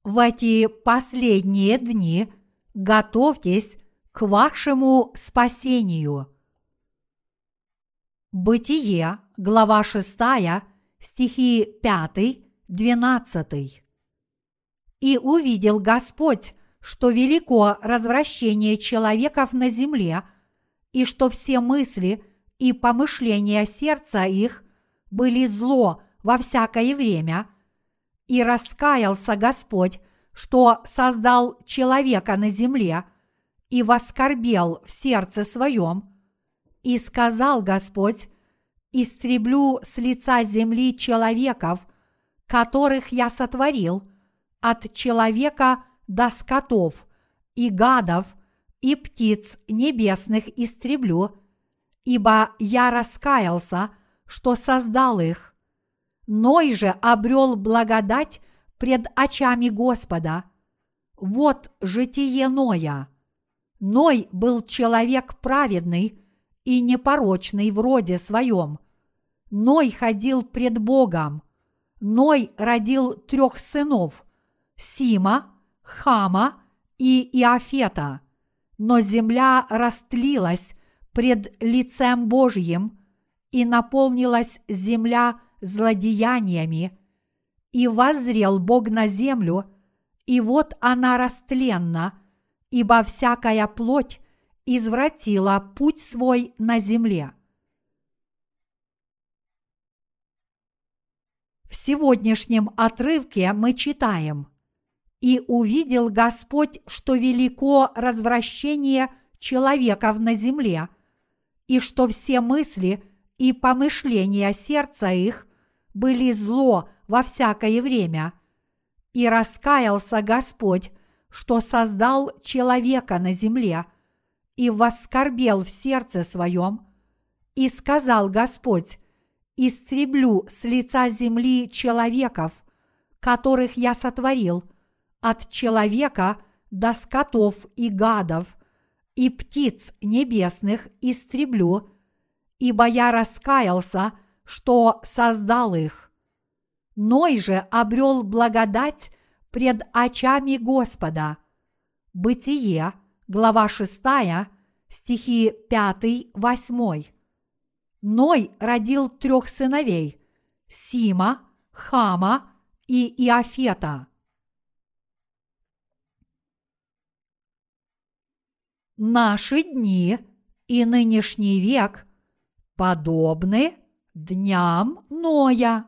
В эти последние дни готовьтесь к вашему спасению. Бытие, глава 6, стихи 5-12. «И увидел Господь, что велико развращение человеков на земле, и что все мысли и помышления сердца их были зло во всякое время, и раскаялся Господь, что создал человека на земле, и воскорбел в сердце своем, и сказал Господь: истреблю с лица земли человеков, которых я сотворил, от человека до скотов, и гадов, и птиц небесных истреблю, ибо я раскаялся, что создал их. Ной же обрел благодать пред очами Господа. Вот житие Ноя. Ной был человек праведный и непорочный в роде своем. Ной ходил пред Богом. Ной родил 3 сынов – Сима, Хама и Иафета. Но земля растлилась пред лицем Божьим, и наполнилась земля злодеяниями. И воззрел Бог на землю, и вот она растленна, ибо всякая плоть извратила путь свой на земле». В сегодняшнем отрывке мы читаем: «И увидел Господь, что велико развращение человеков на земле, и что все мысли и помышления сердца их были зло во всякое время. И раскаялся Господь, что создал человека на земле, и воскорбел в сердце своем. И сказал Господь: истреблю с лица земли человеков, которых я сотворил, от человека до скотов и гадов, и птиц небесных истреблю, ибо я раскаялся, что создал их. Ной же обрел благодать пред очами Господа». Бытие, глава 6, стихи 5-8. Ной родил 3 сыновей – Сима, Хама и Иафета. Наши дни и нынешний век подобны дням Ноя.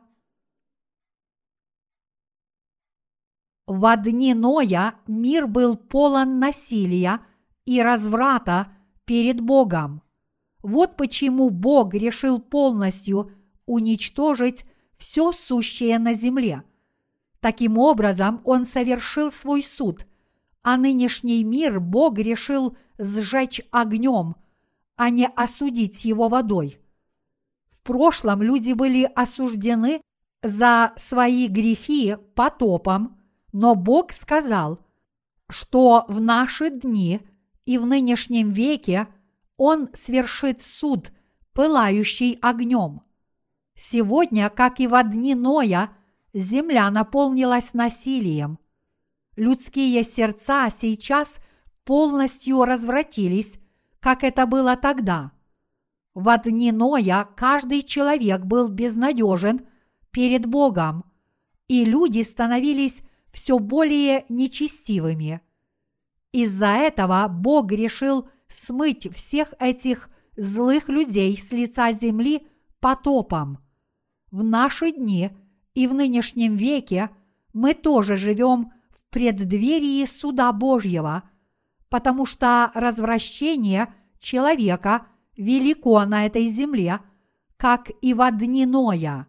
Во дни Ноя мир был полон насилия и разврата перед Богом. Вот почему Бог решил полностью уничтожить все сущее на земле. Таким образом, Он совершил свой суд, а нынешний мир Бог решил сжечь огнем, а не осудить его водой. В прошлом люди были осуждены за свои грехи потопом, но Бог сказал, что в наши дни и в нынешнем веке Он свершит суд, пылающий огнем. Сегодня, как и во дни Ноя, земля наполнилась насилием. Людские сердца сейчас полностью развратились, как это было тогда. Во дни Ноя каждый человек был безнадежен перед Богом, и люди становились все более нечестивыми. Из-за этого Бог решил смыть всех этих злых людей с лица земли потопом. В наши дни и в нынешнем веке мы тоже живем в преддверии суда Божьего, потому что развращение человека велико на этой земле, как и во дни Ноя.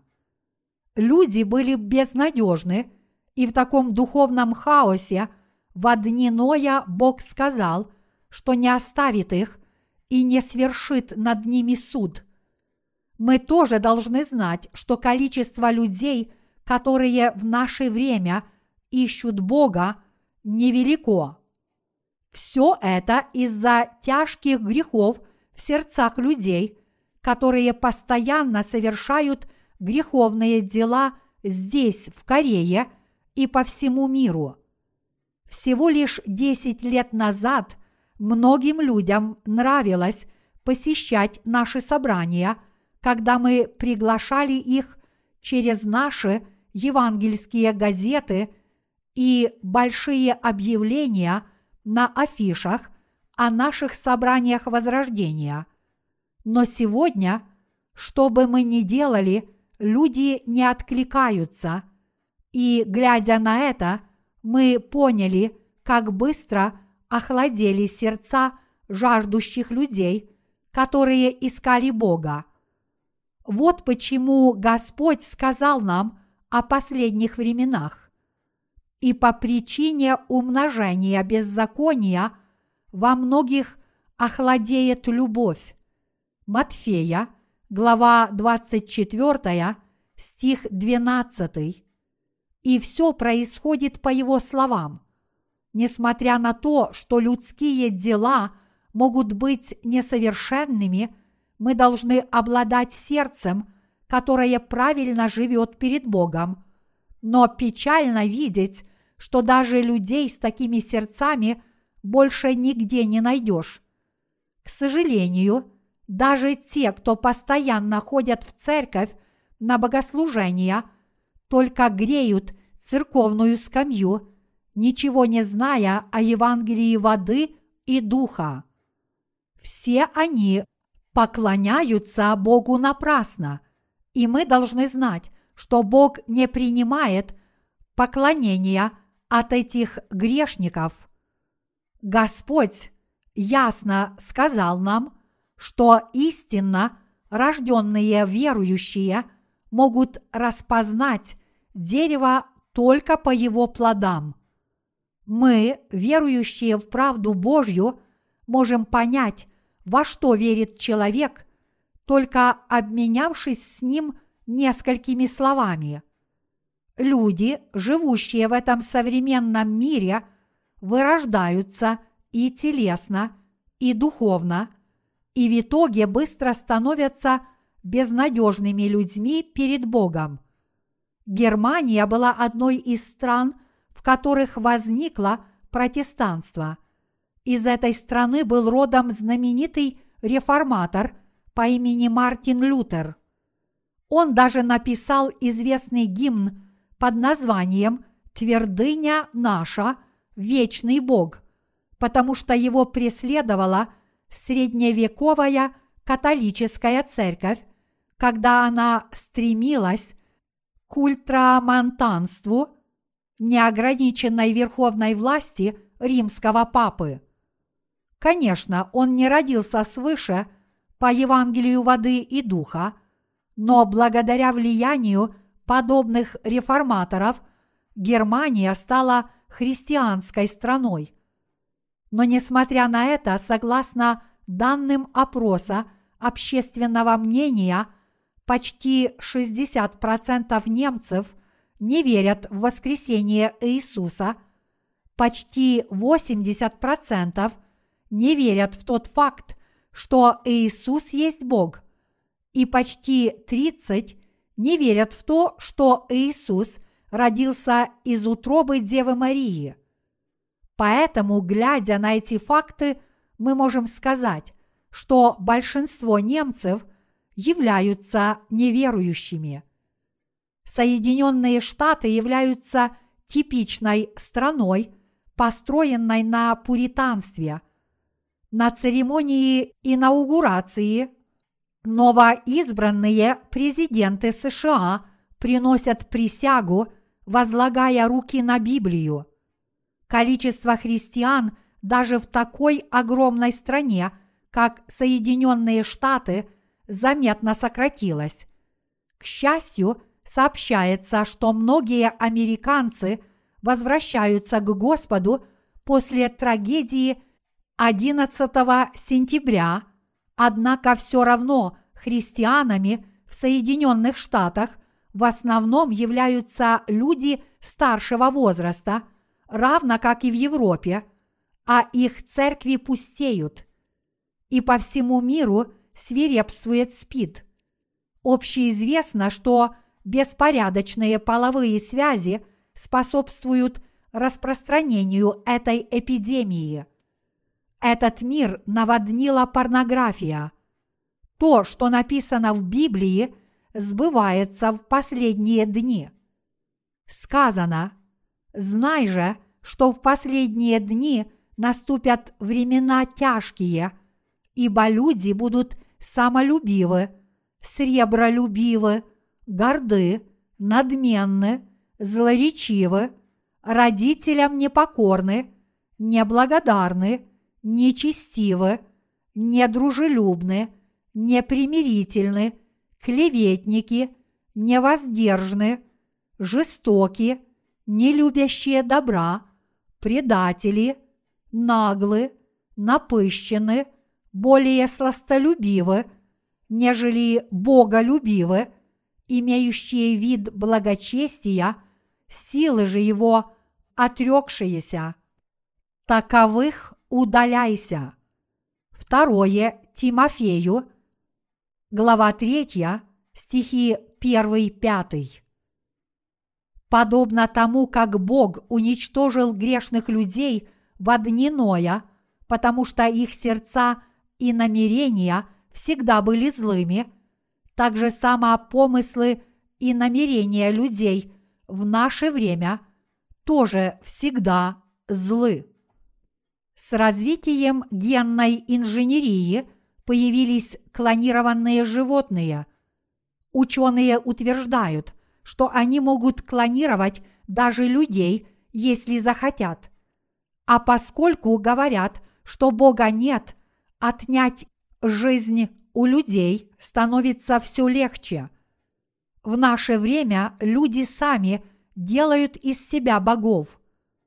Люди были безнадежны, и в таком духовном хаосе во дни Ноя Бог сказал, что не оставит их и не свершит над ними суд. Мы тоже должны знать, что количество людей, которые в наше время ищут Бога, невелико. Все это из-за тяжких грехов в сердцах людей, которые постоянно совершают греховные дела здесь, в Корее, и по всему миру. Всего лишь 10 лет назад многим людям нравилось посещать наши собрания, когда мы приглашали их через наши евангельские газеты и большие объявления на афишах о наших собраниях Возрождения. Но сегодня, что бы мы ни делали, люди не откликаются, и, глядя на это, мы поняли, как быстро охладели сердца жаждущих людей, которые искали Бога. Вот почему Господь сказал нам о последних временах. И по причине умножения беззакония во многих охладеет любовь. Матфея, глава 24, стих 12. И все происходит по его словам. Несмотря на то, что людские дела могут быть несовершенными, мы должны обладать сердцем, которое правильно живет перед Богом. Но печально видеть, что даже людей с такими сердцами больше нигде не найдешь. К сожалению, даже те, кто постоянно ходят в церковь на богослужения, только греют церковную скамью, ничего не зная о Евангелии воды и духа. Все они поклоняются Богу напрасно, и мы должны знать, что Бог не принимает поклонения от этих грешников. Господь ясно сказал нам, что истинно рожденные верующие могут распознать дерево только по его плодам. Мы, верующие в правду Божью, можем понять, во что верит человек, только обменявшись с ним несколькими словами. Люди, живущие в этом современном мире, вырождаются и телесно, и духовно, и в итоге быстро становятся безнадежными людьми перед Богом. Германия была одной из стран, в которых возникло протестанство. Из этой страны был родом знаменитый реформатор по имени Мартин Лютер. Он даже написал известный гимн под названием «Твердыня наша, вечный Бог», потому что его преследовала средневековая католическая церковь, когда она стремилась к ультрамонтанству, неограниченной верховной власти римского папы. Конечно, он не родился свыше по Евангелию воды и духа, но благодаря влиянию подобных реформаторов Германия стала христианской страной. Но несмотря на это, согласно данным опроса общественного мнения, почти 60% немцев не верят в воскресение Иисуса, почти 80% не верят в тот факт, что Иисус есть Бог, и почти 30% не верят в то, что Иисус родился из утробы Девы Марии. Поэтому, глядя на эти факты, мы можем сказать, что большинство немцев являются неверующими. Соединенные Штаты являются типичной страной, построенной на пуританстве. На церемонии инаугурации новоизбранные президенты США приносят присягу, возлагая руки на Библию. Количество христиан даже в такой огромной стране, как Соединенные Штаты, заметно сократилось. К счастью, сообщается, что многие американцы возвращаются к Господу после трагедии 11 сентября, однако все равно христианами в Соединенных Штатах в основном являются люди старшего возраста, равно как и в Европе, а их церкви пустеют. И по всему миру свирепствует СПИД. Общеизвестно, что беспорядочные половые связи способствуют распространению этой эпидемии. Этот мир наводнила порнография. То, что написано в Библии, сбывается в последние дни. Сказано: «Знай же, что в последние дни наступят времена тяжкие, ибо люди будут самолюбивы, сребролюбивы, горды, надменны, злоречивы, родителям непокорны, неблагодарны, нечестивы, недружелюбны, непримирительны, клеветники, невоздержны, жестоки, нелюбящие добра, предатели, наглы, напыщены, более сластолюбивы, нежели боголюбивы, имеющие вид благочестия, силы же его отрекшиеся. Таковых удаляйся». 2 Тимофею, глава 3, стихи 1-5. Подобно тому, как Бог уничтожил грешных людей во дни Ноя, потому что их сердца и намерения всегда были злыми, так же само помыслы и намерения людей в наше время тоже всегда злы. С развитием генной инженерии появились клонированные животные. Ученые утверждают, что они могут клонировать даже людей, если захотят. А поскольку говорят, что Бога нет, отнять жизнь у людей становится все легче. В наше время люди сами делают из себя богов.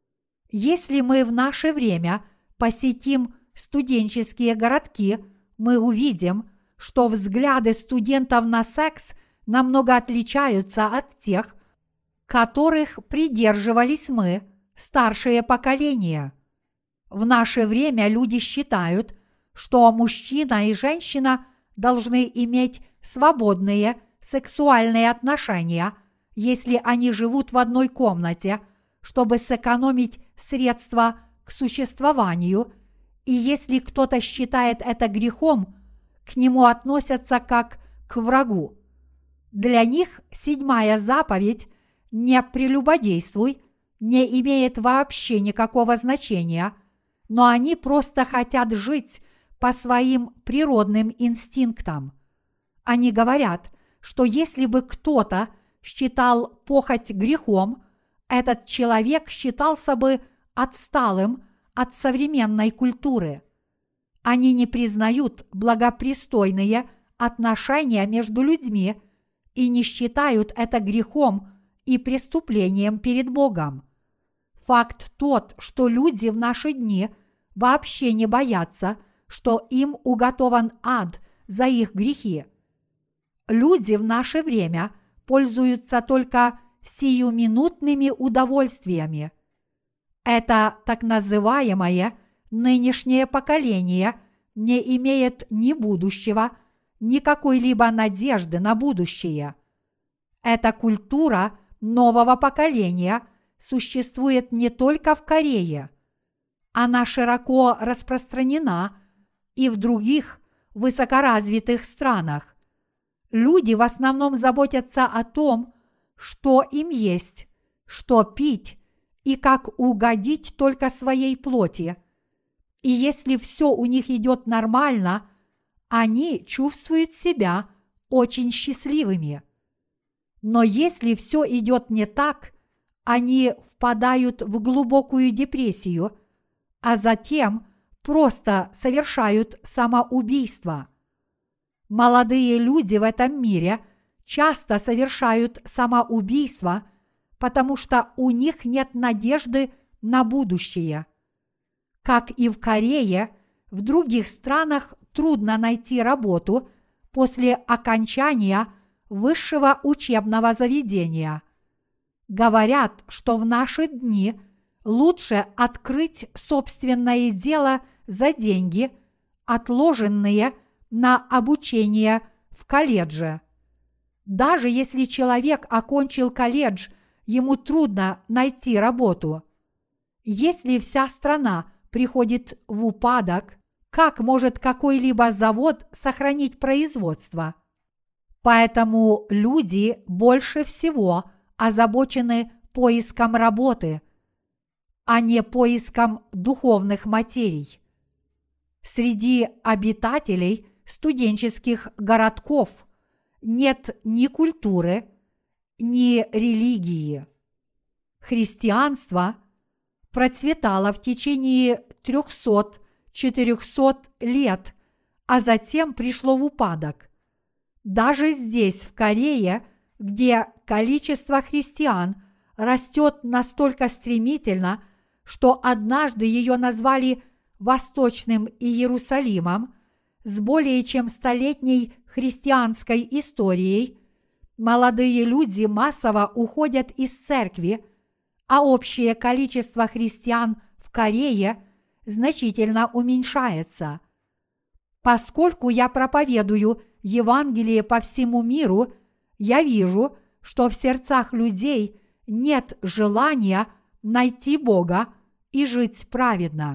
Если мы в наше время посетим студенческие городки, мы увидим, что взгляды студентов на секс намного отличаются от тех, которых придерживались мы, старшее поколение. В наше время люди считают, что мужчина и женщина должны иметь свободные сексуальные отношения, если они живут в одной комнате, чтобы сэкономить средства к существованию, и если кто-то считает это грехом, к нему относятся как к врагу. Для них 7 заповедь «Не прелюбодействуй» не имеет вообще никакого значения, но они просто хотят жить по своим природным инстинктам. Они говорят, что если бы кто-то считал похоть грехом, этот человек считался бы отсталым от современной культуры. Они не признают благопристойные отношения между людьми и не считают это грехом и преступлением перед Богом. Факт тот, что люди в наши дни вообще не боятся, что им уготован ад за их грехи. Люди в наше время пользуются только сиюминутными удовольствиями. Это так называемое нынешнее поколение не имеет ни будущего, ни какой-либо надежды на будущее. Эта культура нового поколения существует не только в Корее. Она широко распространена и в других высокоразвитых странах. Люди в основном заботятся о том, что им есть, что пить и как угодить только своей плоти. И если все у них идет нормально, они чувствуют себя очень счастливыми. Но если все идет не так, они впадают в глубокую депрессию, а затем просто совершают самоубийство. Молодые люди в этом мире часто совершают самоубийство, потому что у них нет надежды на будущее. Как и в Корее, в других странах трудно найти работу после окончания высшего учебного заведения. Говорят, что в наши дни лучше открыть собственное дело за деньги, отложенные на обучение в колледже. Даже если человек окончил колледж, ему трудно найти работу. Если вся страна приходит в упадок, как может какой-либо завод сохранить производство? Поэтому люди больше всего озабочены поиском работы, а не поиском духовных материй. Среди обитателей студенческих городков нет ни культуры, ни религии. Христианство процветало в течение 300-400 лет, а затем пришло в упадок. Даже здесь, в Корее, где количество христиан растет настолько стремительно, что однажды ее назвали Восточным Иерусалимом, с более чем столетней христианской историей, молодые люди массово уходят из церкви, а общее количество христиан в Корее значительно уменьшается. Поскольку я проповедую Евангелие по всему миру, я вижу, что в сердцах людей нет желания найти Бога и жить праведно.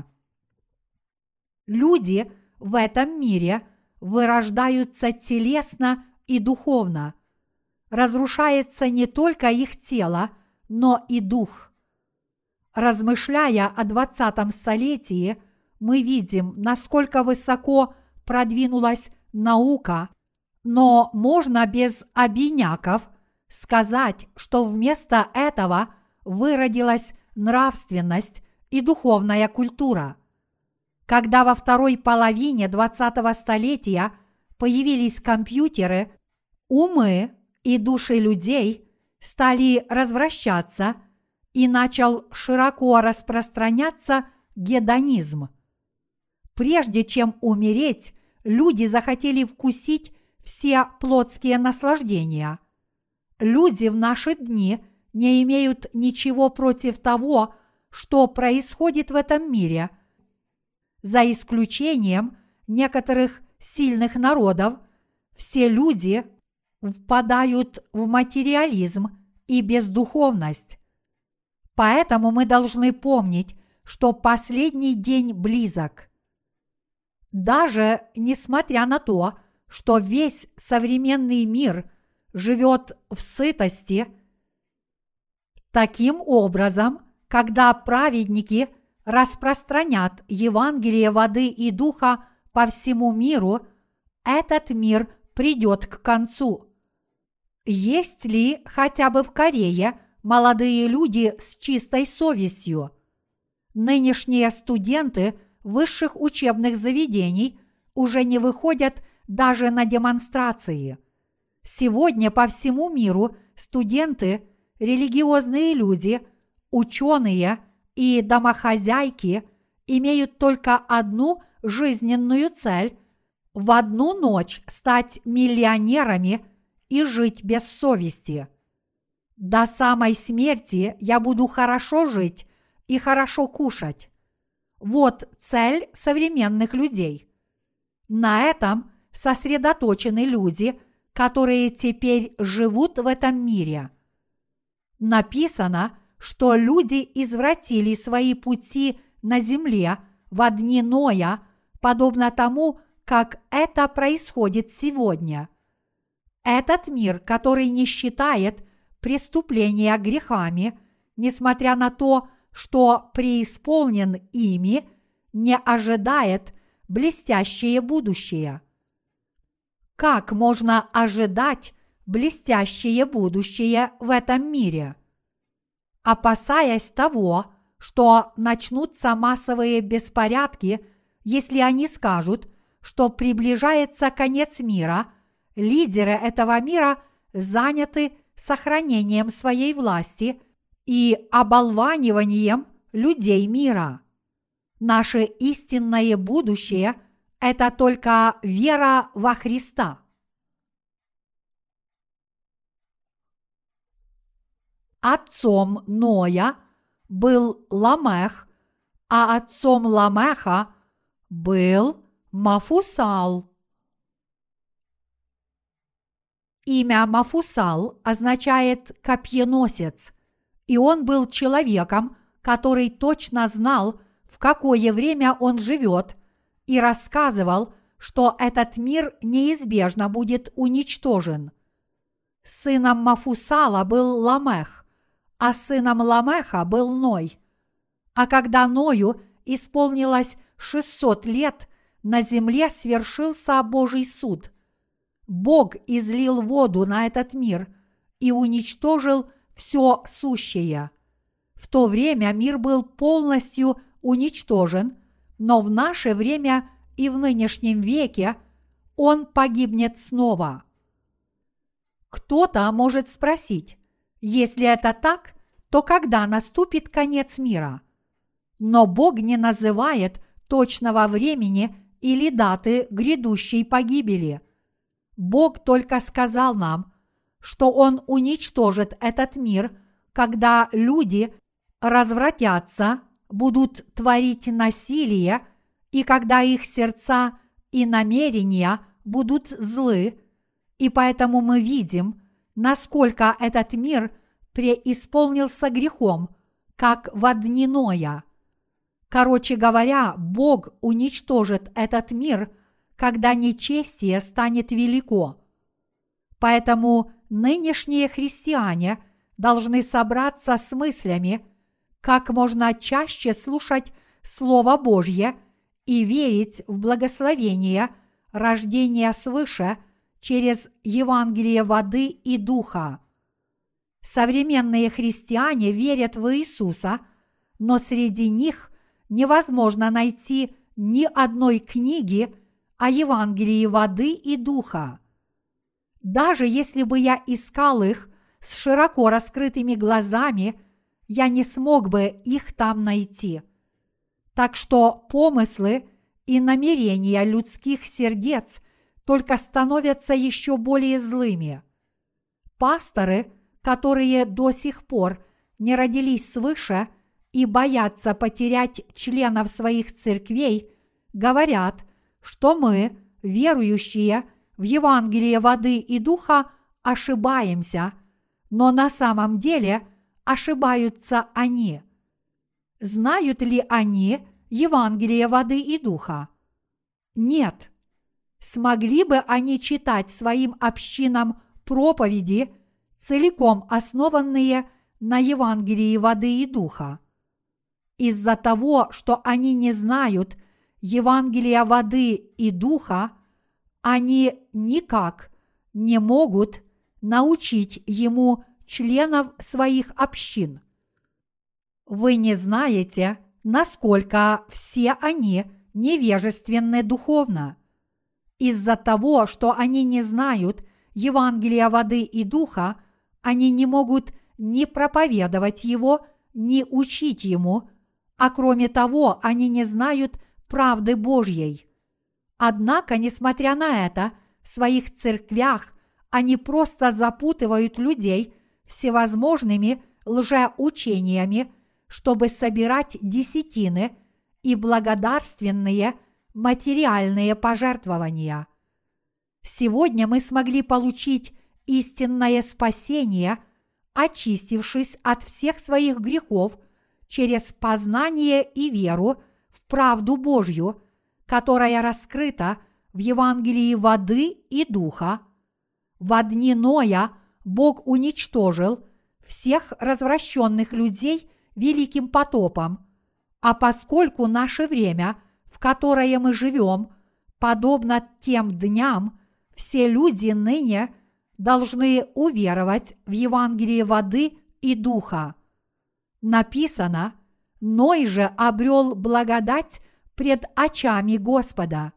Люди в этом мире вырождаются телесно и духовно. Разрушается не только их тело, но и дух. Размышляя о 20 столетии, мы видим, насколько высоко продвинулась наука, но можно без обиняков сказать, что вместо этого выродилась нравственность и духовная культура. Когда во второй половине 20 столетия появились компьютеры, умы и души людей стали развращаться, и начал широко распространяться гедонизм. Прежде чем умереть, люди захотели вкусить все плотские наслаждения. Люди в наши дни не имеют ничего против того, что происходит в этом мире. За исключением некоторых сильных народов, все люди впадают в материализм и бездуховность. Поэтому мы должны помнить, что последний день близок. Даже несмотря на то, что весь современный мир живет в сытости, таким образом, когда праведники распространят Евангелие воды и духа по всему миру, этот мир придет к концу. Есть ли хотя бы в Корее молодые люди с чистой совестью? Нынешние студенты высших учебных заведений уже не выходят даже на демонстрации. Сегодня по всему миру студенты, религиозные люди, ученые и домохозяйки имеют только одну жизненную цель – в одну ночь стать миллионерами и жить без совести. До самой смерти я буду хорошо жить и хорошо кушать. Вот цель современных людей. На этом сосредоточены люди, которые теперь живут в этом мире. Написано, что люди извратили свои пути на земле в дни Ноя, подобно тому, как это происходит сегодня. Этот мир, который не считает преступления грехами, несмотря на то, что преисполнен ими, не ожидает блестящее будущее. Как можно ожидать блестящее будущее в этом мире? Опасаясь того, что начнутся массовые беспорядки, если они скажут, что приближается конец мира, лидеры этого мира заняты сохранением своей власти и оболваниванием людей мира. Наше истинное будущее – это только вера во Христа. Отцом Ноя был Ламех, а отцом Ламеха был Мафусал. Имя Мафусал означает «копьеносец», и он был человеком, который точно знал, в какое время он живет, и рассказывал, что этот мир неизбежно будет уничтожен. Сыном Мафусала был Ламех, а сыном Ламеха был Ной. А когда Ною исполнилось 600 лет, на земле свершился Божий суд. Бог излил воду на этот мир и уничтожил все сущее. В то время мир был полностью уничтожен, но в наше время и в нынешнем веке он погибнет снова. Кто-то может спросить, если это так, то когда наступит конец мира? Но Бог не называет точного времени или даты грядущей погибели. Бог только сказал нам, что Он уничтожит этот мир, когда люди развратятся, будут творить насилие, и когда их сердца и намерения будут злы, и поэтому мы видим, насколько этот мир преисполнился грехом, как во дни Ноя. Короче говоря, Бог уничтожит этот мир, когда нечестие станет велико. Поэтому нынешние христиане должны собраться с мыслями, как можно чаще слушать Слово Божье и верить в благословение рождения свыше через Евангелие воды и духа. Современные христиане верят в Иисуса, но среди них невозможно найти ни одной книги о Евангелии воды и духа. Даже если бы я искал их с широко раскрытыми глазами, я не смог бы их там найти. Так что помыслы и намерения людских сердец только становятся еще более злыми. Пасторы, которые до сих пор не родились свыше и боятся потерять членов своих церквей, говорят, что мы, верующие в Евангелие воды и духа, ошибаемся, но на самом деле ошибаются они. Знают ли они Евангелие воды и духа? Нет. Смогли бы они читать своим общинам проповеди, целиком основанные на Евангелии воды и духа? Из-за того, что они не знают Евангелия воды и духа, они никак не могут научить ему членов своих общин. Вы не знаете, насколько все они невежественны духовно. Из-за того, что они не знают Евангелия воды и духа, они не могут ни проповедовать его, ни учить ему, а кроме того, они не знают правды Божьей. Однако, несмотря на это, в своих церквях они просто запутывают людей всевозможными лжеучениями, чтобы собирать десятины и благодарственные материальные пожертвования. Сегодня мы смогли получить истинное спасение, очистившись от всех своих грехов через познание и веру в правду Божью, которая раскрыта в Евангелии воды и духа. Во дни Ноя Бог уничтожил всех развращенных людей великим потопом, а поскольку наше время, в которое мы живем, подобно тем дням, все люди ныне должны уверовать в Евангелие воды и духа. Написано: «Ной же обрел благодать пред очами Господа».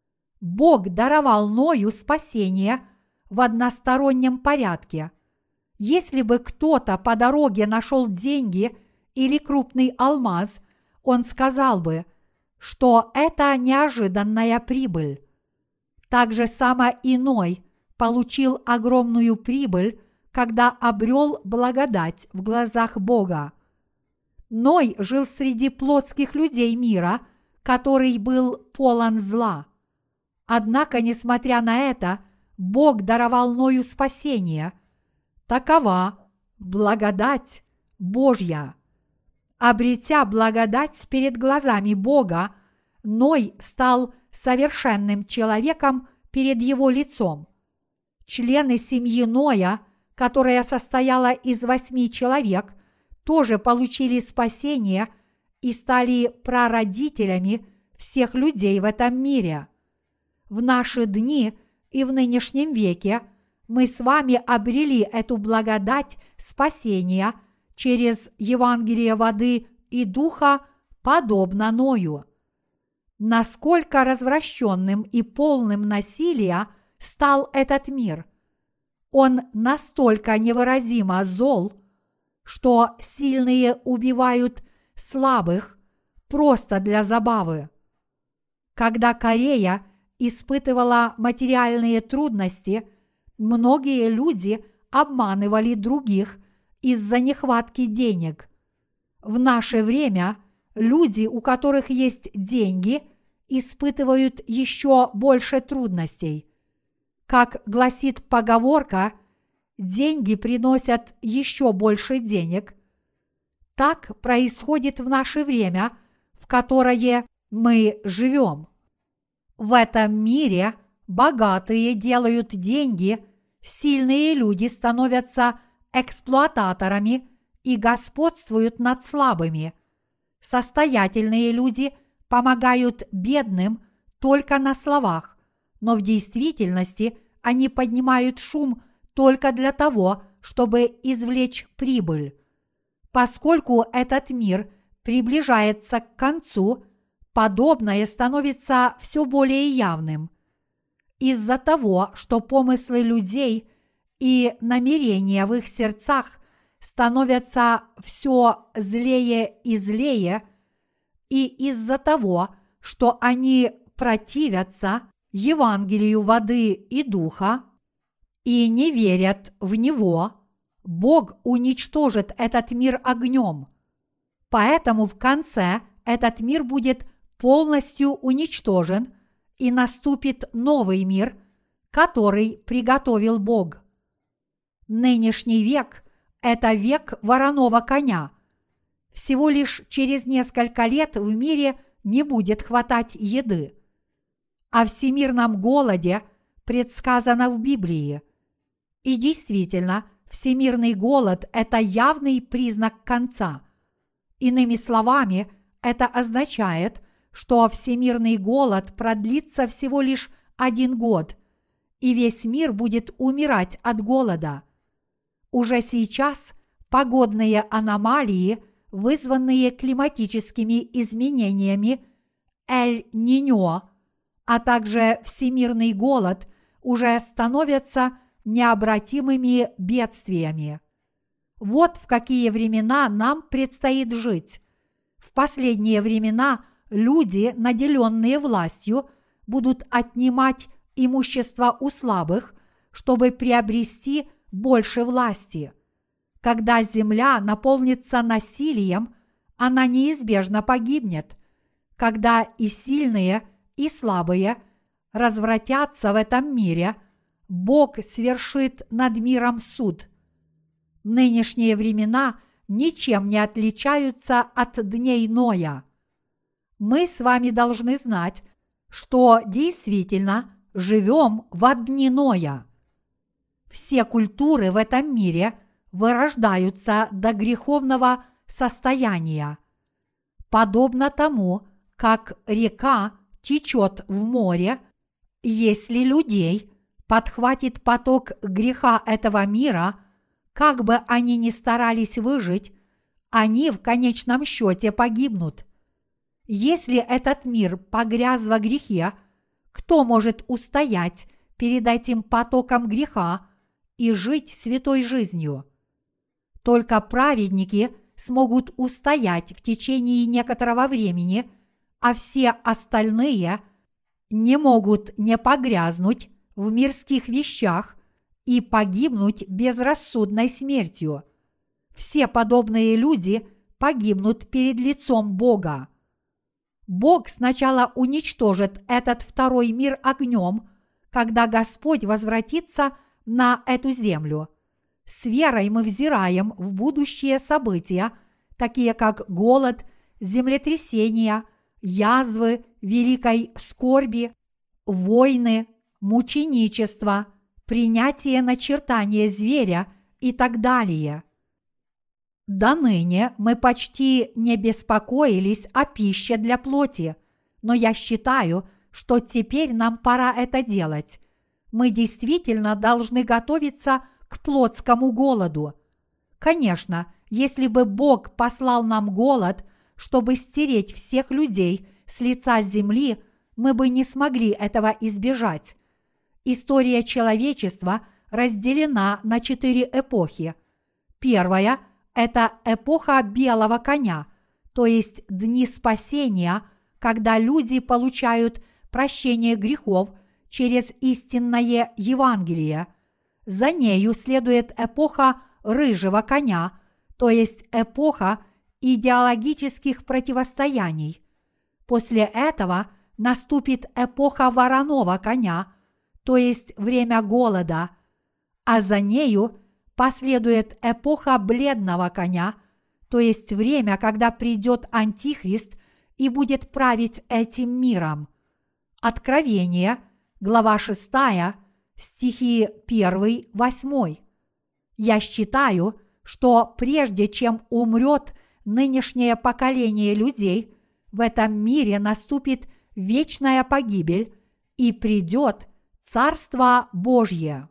Бог даровал Ною спасение в одностороннем порядке. Если бы кто-то по дороге нашел деньги или крупный алмаз, он сказал бы, что это неожиданная прибыль. Так же само и Ной получил огромную прибыль, когда обрел благодать в глазах Бога. Ной жил среди плотских людей мира, который был полон зла. Однако, несмотря на это, Бог даровал Ною спасение. Такова благодать Божья. Обретя благодать перед глазами Бога, Ной стал совершенным человеком перед его лицом. Члены семьи Ноя, которая состояла из 8 человек, тоже получили спасение и стали прародителями всех людей в этом мире. В наши дни и в нынешнем веке мы с вами обрели эту благодать спасения через Евангелие воды и духа, подобно Ною. Насколько развращенным и полным насилия стал этот мир! Он настолько невыразимо зол, что сильные убивают слабых просто для забавы. Когда Корея испытывала материальные трудности, многие люди обманывали других из-за нехватки денег. В наше время люди, у которых есть деньги, испытывают еще больше трудностей. Как гласит поговорка, деньги приносят еще больше денег. Так происходит в наше время, в которое мы живем. В этом мире богатые делают деньги, сильные люди становятся эксплуататорами и господствуют над слабыми. Состоятельные люди помогают бедным только на словах, но в действительности они поднимают шум только для того, чтобы извлечь прибыль. Поскольку этот мир приближается к концу, подобное становится все более явным. Из-за того, что помыслы людей и намерения в их сердцах становятся все злее и злее, и из-за того, что они противятся Евангелию воды и духа и не верят в него, Бог уничтожит этот мир огнем. Поэтому в конце этот мир будет полностью уничтожен, и наступит новый мир, который приготовил Бог. Нынешний век – это век вороного коня. Всего лишь через несколько лет в мире не будет хватать еды. О всемирном голоде предсказано в Библии. И действительно, всемирный голод – это явный признак конца. Иными словами, это означает, что всемирный голод продлится всего лишь 1 год, и весь мир будет умирать от голода. Уже сейчас погодные аномалии, вызванные климатическими изменениями Эль-Ниньо, а также всемирный голод, уже становятся необратимыми бедствиями. Вот в какие времена нам предстоит жить. В последние времена люди, наделенные властью, будут отнимать имущество у слабых, чтобы приобрести больше власти. Когда земля наполнится насилием, она неизбежно погибнет. Когда и сильные, и слабые развратятся в этом мире, Бог свершит над миром суд. Нынешние времена ничем не отличаются от дней Ноя. Мы с вами должны знать, что действительно живем во дни Ноя. Все культуры в этом мире вырождаются до греховного состояния. Подобно тому, как река течет в море, если людей подхватит поток греха этого мира, как бы они ни старались выжить, они в конечном счете погибнут. Если этот мир погряз во грехе, кто может устоять перед этим потоком греха и жить святой жизнью? Только праведники смогут устоять в течение некоторого времени, а все остальные не могут не погрязнуть в мирских вещах и погибнуть безрассудной смертью. Все подобные люди погибнут перед лицом Бога. Бог сначала уничтожит этот второй мир огнем, когда Господь возвратится на эту землю. С верой мы взираем в будущие события, такие как голод, землетрясения, язвы, великой скорби, войны, мученичество, принятие начертания зверя и так далее. До ныне мы почти не беспокоились о пище для плоти, но я считаю, что теперь нам пора это делать. Мы действительно должны готовиться к плотскому голоду. Конечно, если бы Бог послал нам голод, чтобы стереть всех людей с лица земли, мы бы не смогли этого избежать. История человечества разделена на 4 эпохи. Первая – это эпоха белого коня, то есть дни спасения, когда люди получают прощение грехов через истинное Евангелие. За нею следует эпоха рыжего коня, то есть эпоха идеологических противостояний. После этого наступит эпоха вороного коня, то есть время голода, а за нею последует эпоха бледного коня, то есть время, когда придет Антихрист и будет править этим миром. Откровение, глава 6, стихи 1-8. Я считаю, что прежде чем умрет нынешнее поколение людей, в этом мире наступит вечная погибель и придет Царство Божье.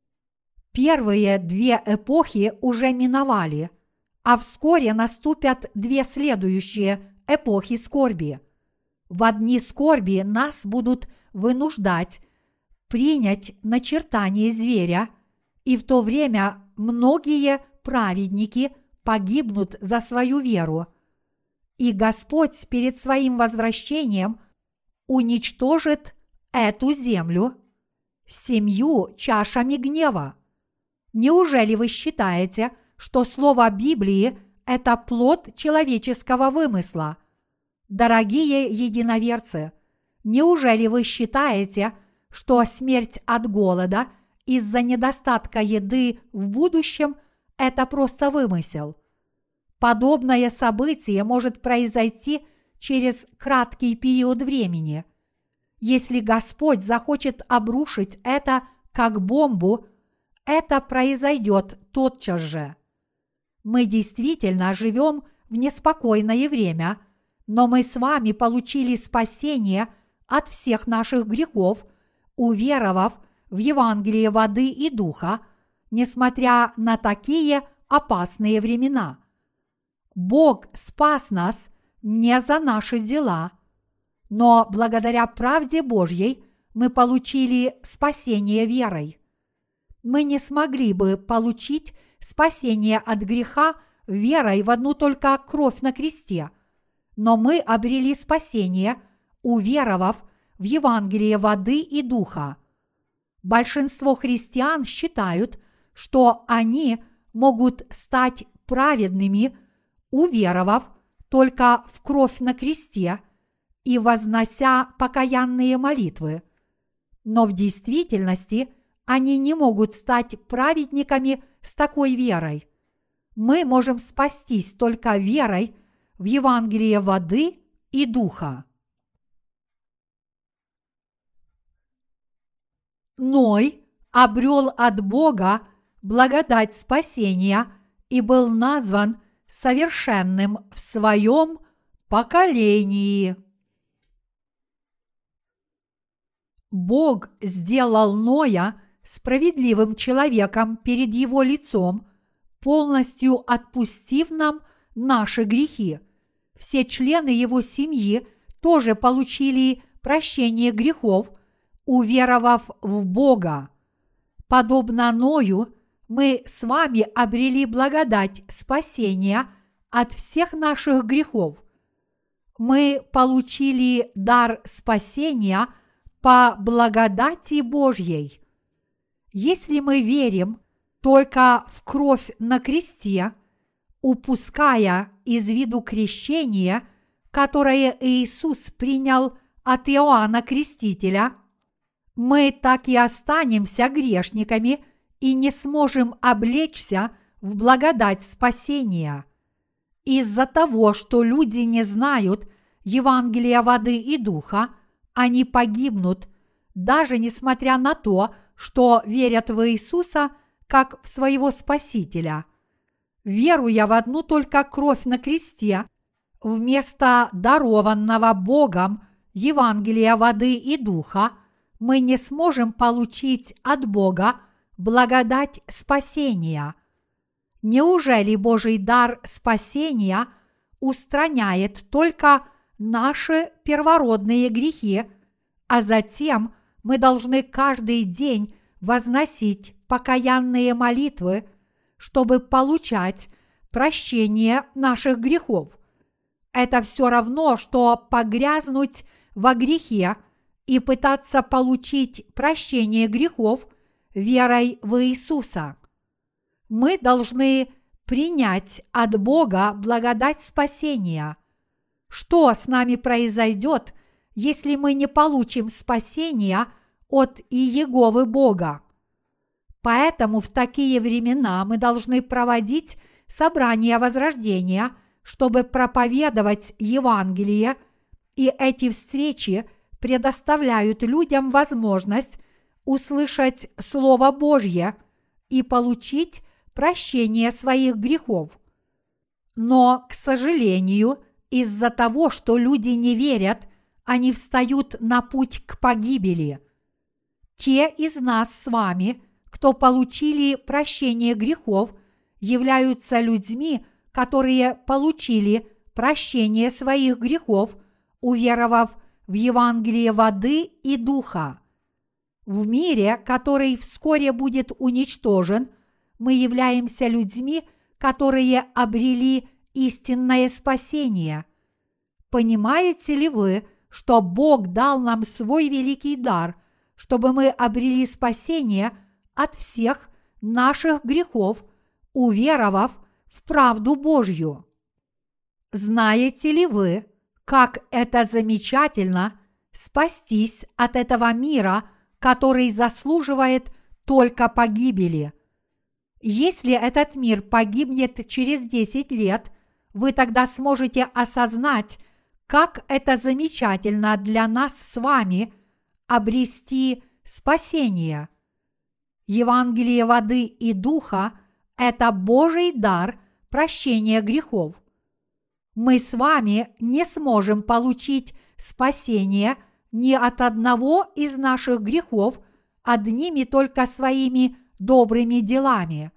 Первые 2 эпохи уже миновали, а вскоре наступят 2 следующие эпохи скорби. В дни скорби нас будут вынуждать принять начертание зверя, и в то время многие праведники погибнут за свою веру. И Господь перед своим возвращением уничтожит эту землю 7 чашами гнева. Неужели вы считаете, что слово Библии – это плод человеческого вымысла? Дорогие единоверцы, неужели вы считаете, что смерть от голода из-за недостатка еды в будущем – это просто вымысел? Подобное событие может произойти через краткий период времени. Если Господь захочет обрушить это как бомбу, это произойдет тотчас же. Мы действительно живем в неспокойное время, но мы с вами получили спасение от всех наших грехов, уверовав в Евангелие воды и духа, несмотря на такие опасные времена. Бог спас нас не за наши дела, но благодаря правде Божьей мы получили спасение верой. Мы не смогли бы получить спасение от греха верой в одну только кровь на кресте, но мы обрели спасение, уверовав в Евангелие воды и духа. Большинство христиан считают, что они могут стать праведными, уверовав только в кровь на кресте и вознося покаянные молитвы. Но в действительности они не могут стать праведниками с такой верой. Мы можем спастись только верой в Евангелие воды и духа. Ной обрел от Бога благодать спасения и был назван совершенным в своем поколении. Бог сделал Ноя справедливым человеком перед его лицом, полностью отпустив нам наши грехи. Все члены его семьи тоже получили прощение грехов, уверовав в Бога. Подобно Ною, мы с вами обрели благодать спасения от всех наших грехов. Мы получили дар спасения по благодати Божьей. Если мы верим только в кровь на кресте, упуская из виду крещение, которое Иисус принял от Иоанна Крестителя, мы так и останемся грешниками и не сможем облечься в благодать спасения. Из-за того, что люди не знают Евангелия воды и духа, они погибнут, даже несмотря на то, что верят в Иисуса как в своего Спасителя. Веруя в одну только кровь на кресте, вместо дарованного Богом Евангелия воды и духа, мы не сможем получить от Бога благодать спасения. Неужели Божий дар спасения устраняет только наши первородные грехи, а затем мы должны каждый день возносить покаянные молитвы, чтобы получать прощение наших грехов? Это все равно, что погрязнуть во грехе и пытаться получить прощение грехов верой в Иисуса. Мы должны принять от Бога благодать спасения. Что с нами произойдет, если мы не получим спасения от Иеговы Бога? Поэтому в такие времена мы должны проводить собрания возрождения, чтобы проповедовать Евангелие, и эти встречи предоставляют людям возможность услышать Слово Божье и получить прощение своих грехов. Но, к сожалению, из-за того, что люди не верят, они встают на путь к погибели. Те из нас с вами, кто получили прощение грехов, являются людьми, которые получили прощение своих грехов, уверовав в Евангелие воды и духа. В мире, который вскоре будет уничтожен, мы являемся людьми, которые обрели истинное спасение. Понимаете ли вы, что Бог дал нам свой великий дар, чтобы мы обрели спасение от всех наших грехов, уверовав в правду Божью? Знаете ли вы, как это замечательно спастись от этого мира, который заслуживает только погибели? Если этот мир погибнет через 10 лет, вы тогда сможете осознать, как это замечательно для нас с вами обрести спасение. Евангелие воды и духа – это Божий дар прощения грехов. Мы с вами не сможем получить спасение ни от одного из наших грехов одними только своими добрыми делами.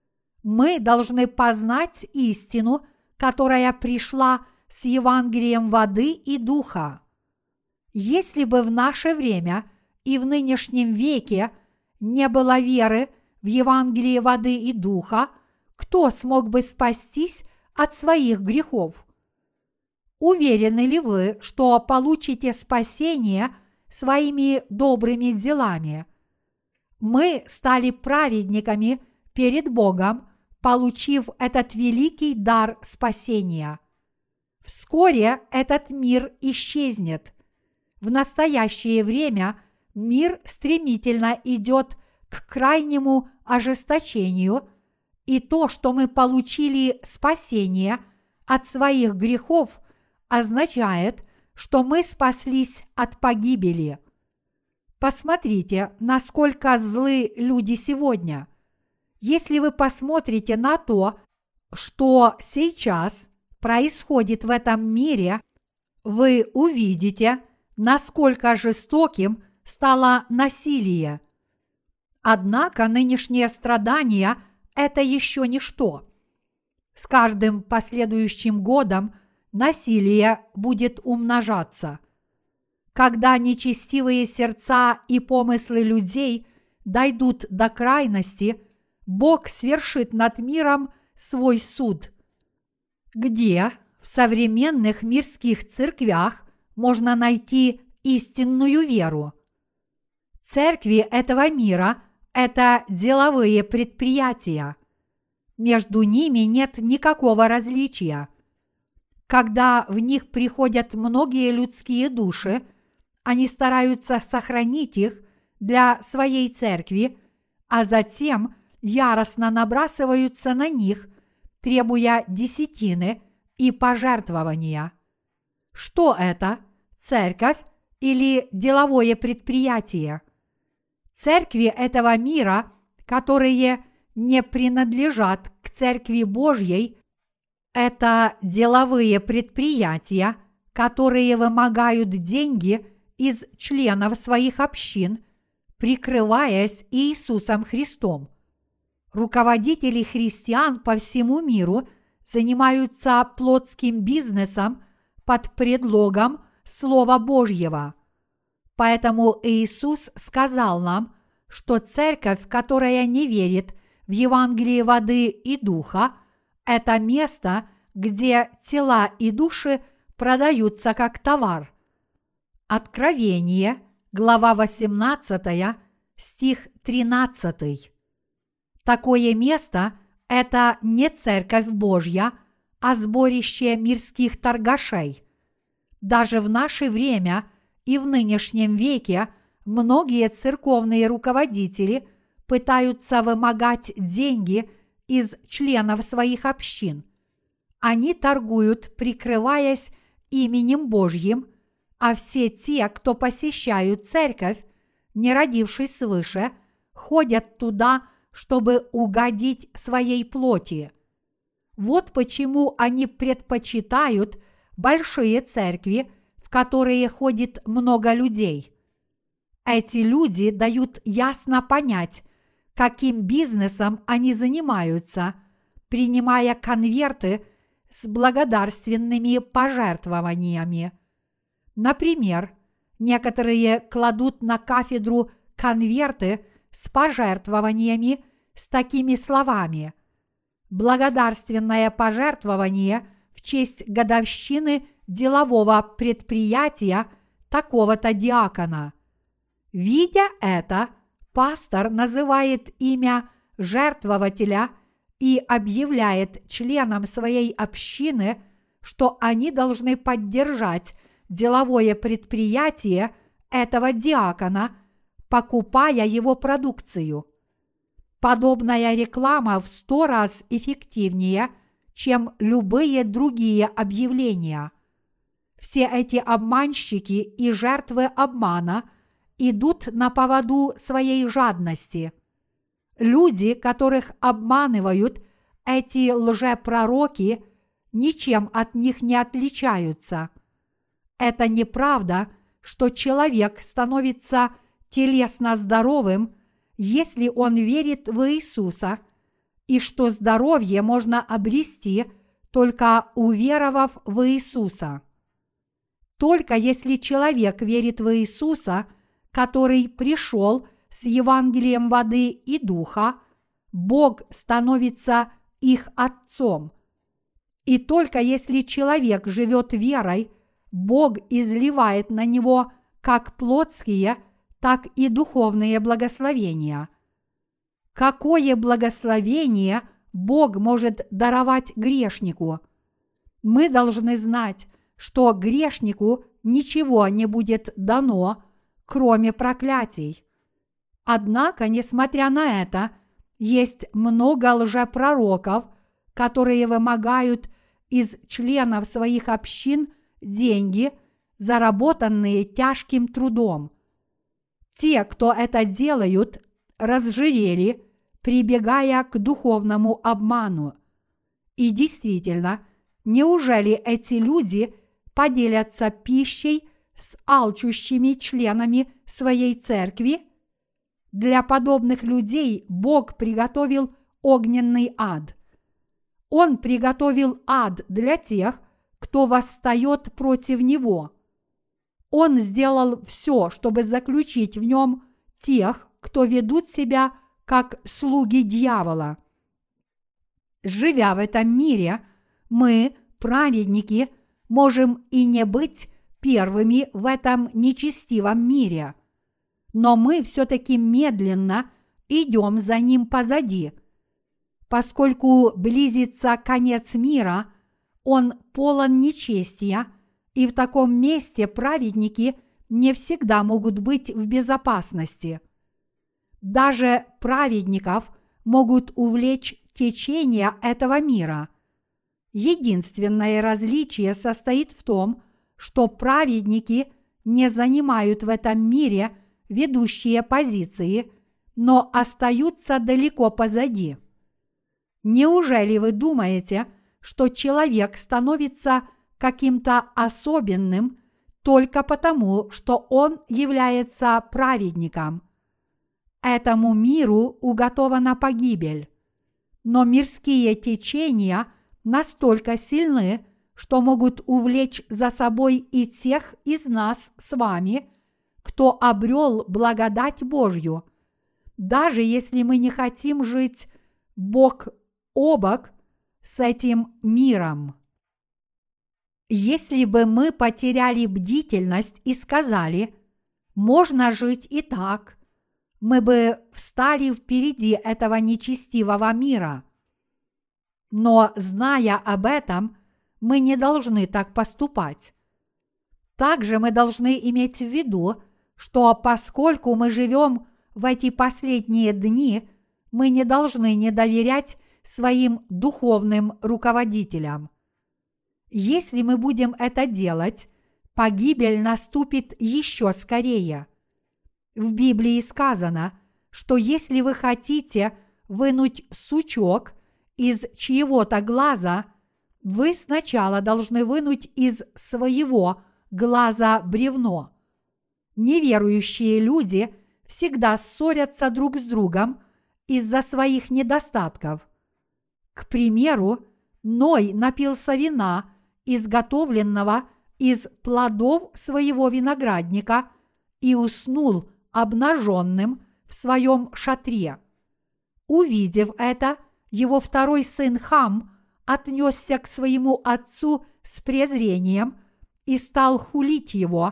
Мы должны познать истину, которая пришла с Евангелием воды и духа. Если бы в наше время и в нынешнем веке не было веры в Евангелие воды и духа, кто смог бы спастись от своих грехов? Уверены ли вы, что получите спасение своими добрыми делами? Мы стали праведниками перед Богом, получив этот великий дар спасения. Вскоре этот мир исчезнет. В настоящее время мир стремительно идет к крайнему ожесточению, и то, что мы получили спасение от своих грехов, означает, что мы спаслись от погибели. Посмотрите, насколько злы люди сегодня. Если вы посмотрите на то, что сейчас происходит в этом мире, вы увидите, насколько жестоким стало насилие. Однако нынешние страдания – это еще ничто. С каждым последующим годом насилие будет умножаться. Когда нечестивые сердца и помыслы людей дойдут до крайности, Бог свершит над миром свой суд. Где в современных мирских церквях можно найти истинную веру? Церкви этого мира – это деловые предприятия. Между ними нет никакого различия. Когда в них приходят многие людские души, они стараются сохранить их для своей церкви, а затем яростно набрасываются на них, требуя десятины и пожертвования. Что это? Церковь или деловое предприятие? Церкви этого мира, которые не принадлежат к Церкви Божьей, это деловые предприятия, которые вымогают деньги из членов своих общин, прикрываясь Иисусом Христом. Руководители христиан по всему миру занимаются плотским бизнесом под предлогом Слова Божьего. Поэтому Иисус сказал нам, что церковь, которая не верит в Евангелие воды и духа, это место, где тела и души продаются как товар. Откровение, глава 18, стих 13. Такое место – это не церковь Божья, а сборище мирских торгашей. Даже в наше время и в нынешнем веке многие церковные руководители пытаются вымогать деньги из членов своих общин. Они торгуют, прикрываясь именем Божьим, а все те, кто посещают церковь, не родившись свыше, ходят туда, чтобы угодить своей плоти. Вот почему они предпочитают большие церкви, в которые ходит много людей. Эти люди дают ясно понять, каким бизнесом они занимаются, принимая конверты с благодарственными пожертвованиями. Например, некоторые кладут на кафедру конверты с пожертвованиями с такими словами: «Благодарственное пожертвование в честь годовщины делового предприятия такого-то диакона». Видя это, пастор называет имя жертвователя и объявляет членам своей общины, что они должны поддержать деловое предприятие этого диакона, покупая его продукцию. Подобная реклама в 100 раз эффективнее, чем любые другие объявления. Все эти обманщики и жертвы обмана идут на поводу своей жадности. Люди, которых обманывают эти лжепророки, ничем от них не отличаются. Это неправда, что человек становится телесно здоровым, если он верит в Иисуса, и что здоровье можно обрести, только уверовав в Иисуса. Только если человек верит в Иисуса, который пришел с Евангелием воды и духа, Бог становится их Отцом. И только если человек живет верой, Бог изливает на него как плотские, так и духовные благословения. Какое благословение Бог может даровать грешнику? Мы должны знать, что грешнику ничего не будет дано, кроме проклятий. Однако, несмотря на это, есть много лжепророков, которые вымогают из членов своих общин деньги, заработанные тяжким трудом. Те, кто это делают, разжирели, прибегая к духовному обману. И действительно, неужели эти люди поделятся пищей с алчущими членами своей церкви? Для подобных людей Бог приготовил огненный ад. Он приготовил ад для тех, кто восстает против него. Он сделал все, чтобы заключить в нем тех, кто ведут себя как слуги дьявола. Живя в этом мире, мы, праведники, можем и не быть первыми в этом нечестивом мире, но мы все-таки медленно идем за ним позади. Поскольку близится конец мира, он полон нечестия, и в таком месте праведники не всегда могут быть в безопасности. Даже праведников могут увлечь течения этого мира. Единственное различие состоит в том, что праведники не занимают в этом мире ведущие позиции, но остаются далеко позади. Неужели вы думаете, что человек становится каким-то особенным только потому, что он является праведником? Этому миру уготована погибель. Но мирские течения настолько сильны, что могут увлечь за собой и тех из нас с вами, кто обрел благодать Божью, даже если мы не хотим жить бок о бок с этим миром. Если бы мы потеряли бдительность и сказали: «Можно жить и так», мы бы встали впереди этого нечестивого мира. Но, зная об этом, мы не должны так поступать. Также мы должны иметь в виду, что поскольку мы живем в эти последние дни, мы не должны не доверять своим духовным руководителям. Если мы будем это делать, погибель наступит еще скорее. В Библии сказано, что если вы хотите вынуть сучок из чьего-то глаза, вы сначала должны вынуть из своего глаза бревно. Неверующие люди всегда ссорятся друг с другом из-за своих недостатков. К примеру, Ной напился вина, изготовленного из плодов своего виноградника, и уснул обнаженным в своем шатре. Увидев это, его второй сын Хам отнесся к своему отцу с презрением и стал хулить его.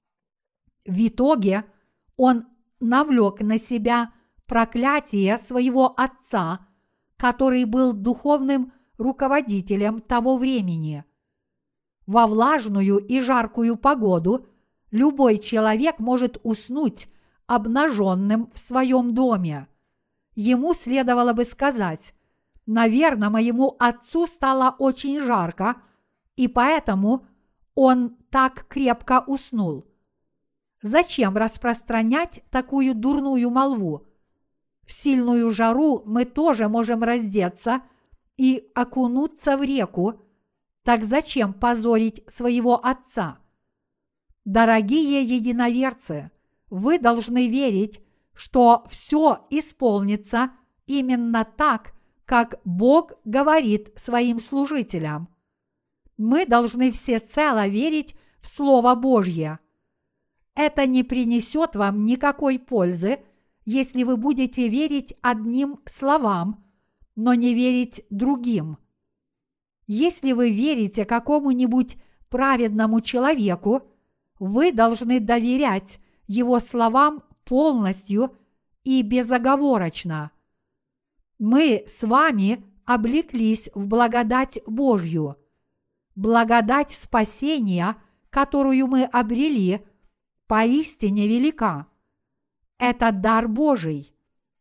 В итоге он навлек на себя проклятие своего отца, который был духовным руководителем того времени. Во влажную и жаркую погоду любой человек может уснуть обнаженным в своем доме. Ему следовало бы сказать: «Наверное, моему отцу стало очень жарко, и поэтому он так крепко уснул». Зачем распространять такую дурную молву? В сильную жару мы тоже можем раздеться и окунуться в реку, так зачем позорить своего отца? Дорогие единоверцы, вы должны верить, что все исполнится именно так, как Бог говорит своим служителям. Мы должны всецело верить в Слово Божье. Это не принесет вам никакой пользы, если вы будете верить одним словам, но не верить другим. Если вы верите какому-нибудь праведному человеку, вы должны доверять его словам полностью и безоговорочно. Мы с вами облеклись в благодать Божью. Благодать спасения, которую мы обрели, поистине велика. Это дар Божий.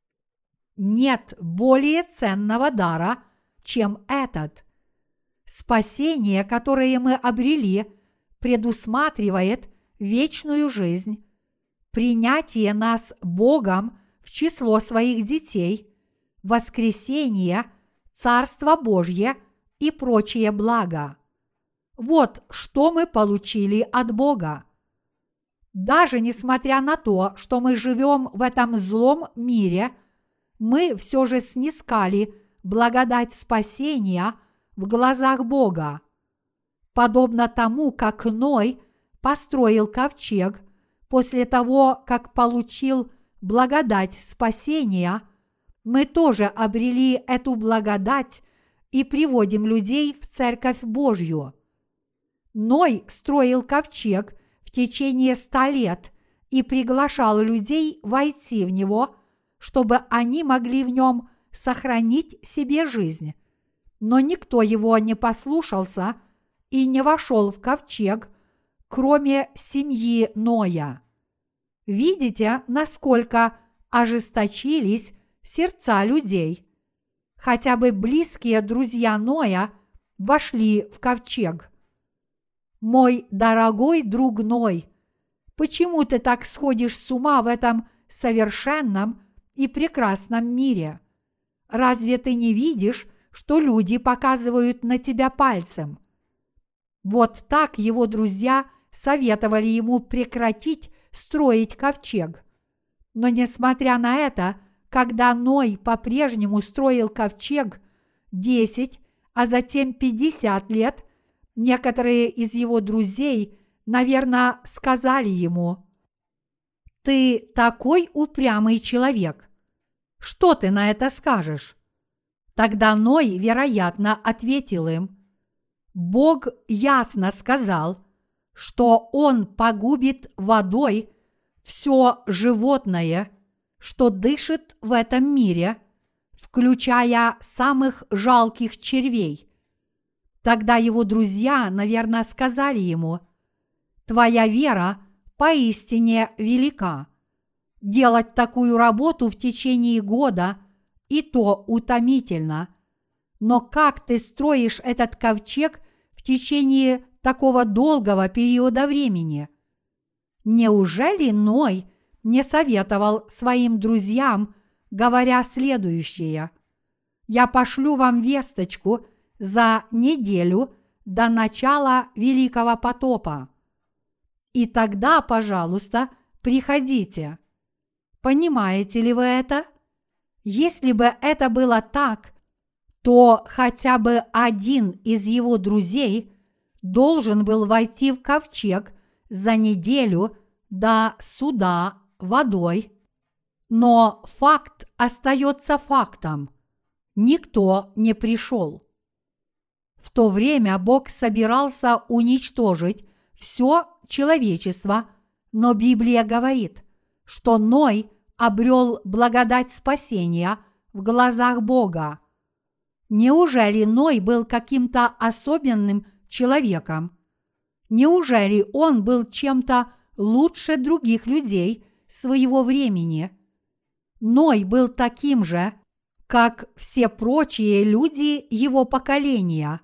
Нет более ценного дара, чем этот. Спасение, которое мы обрели, предусматривает вечную жизнь, принятие нас Богом в число своих детей, воскресение, Царство Божье и прочие блага. Вот что мы получили от Бога. Даже несмотря на то, что мы живем в этом злом мире, мы все же снискали благодать спасения в глазах Бога. Подобно тому, как Ной построил ковчег после того, как получил благодать спасения, мы тоже обрели эту благодать и приводим людей в Церковь Божью. Ной строил ковчег в течение 100 лет и приглашал людей войти в него, чтобы они могли в нем сохранить себе жизнь. Но никто его не послушался и не вошел в ковчег, кроме семьи Ноя. Видите, насколько ожесточились сердца людей? Хотя бы близкие друзья Ноя вошли в ковчег. Мой дорогой друг Ной, почему ты так сходишь с ума в этом совершенном и прекрасном мире? Разве ты не видишь, что люди показывают на тебя пальцем? Вот так его друзья советовали ему прекратить строить ковчег. Но несмотря на это, когда Ной по-прежнему строил ковчег 10, а затем 50 лет, некоторые из его друзей, наверное, сказали ему: «Ты такой упрямый человек! Что ты на это скажешь?» Тогда Ной, вероятно, ответил им: «Бог ясно сказал, что Он погубит водой все животное, что дышит в этом мире, включая самых жалких червей». Тогда его друзья, наверное, сказали ему: «Твоя вера поистине велика. Делать такую работу в течение года и то утомительно. Но как ты строишь этот ковчег в течение такого долгого периода времени?» Неужели Ной не советовал своим друзьям, говоря следующее: «Я пошлю вам весточку за неделю до начала Великого потопа. И тогда, пожалуйста, приходите». Понимаете ли вы это? Если бы это было так, то хотя бы один из его друзей должен был войти в ковчег за неделю до суда водой. Но факт остается фактом. Никто не пришел. В то время Бог собирался уничтожить все человечество, но Библия говорит, что Ной обрел благодать спасения в глазах Бога. Неужели Ной был каким-то особенным человеком? Неужели он был чем-то лучше других людей своего времени? Ной был таким же, как все прочие люди его поколения.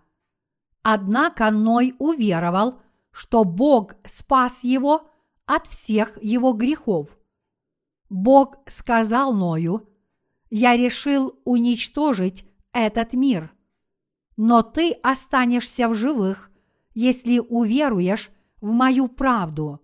Однако Ной уверовал, что Бог спас его от всех его грехов. Бог сказал Ною: «Я решил уничтожить этот мир, но ты останешься в живых, если уверуешь в мою правду».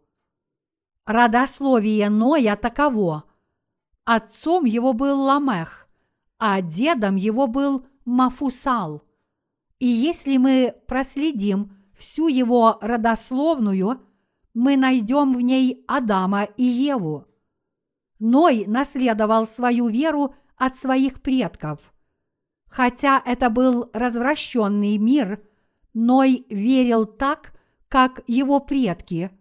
Родословие Ноя таково: отцом его был Ламех, а дедом его был Мафусал. И если мы проследим всю его родословную, мы найдем в ней Адама и Еву. Ной наследовал свою веру от своих предков. Хотя это был развращенный мир, Ной верил так, как его предки.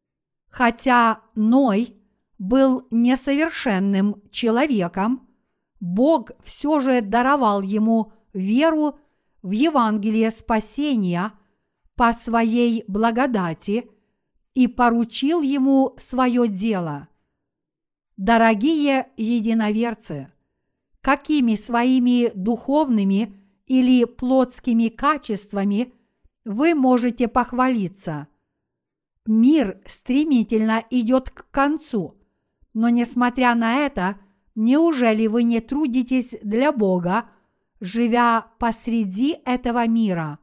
Хотя Ной был несовершенным человеком, Бог все же даровал ему веру в Евангелие спасения по своей благодати и поручил ему свое дело. Дорогие единоверцы, какими своими духовными или плотскими качествами вы можете похвалиться? Мир стремительно идет к концу, но несмотря на это, неужели вы не трудитесь для Бога, живя посреди этого мира?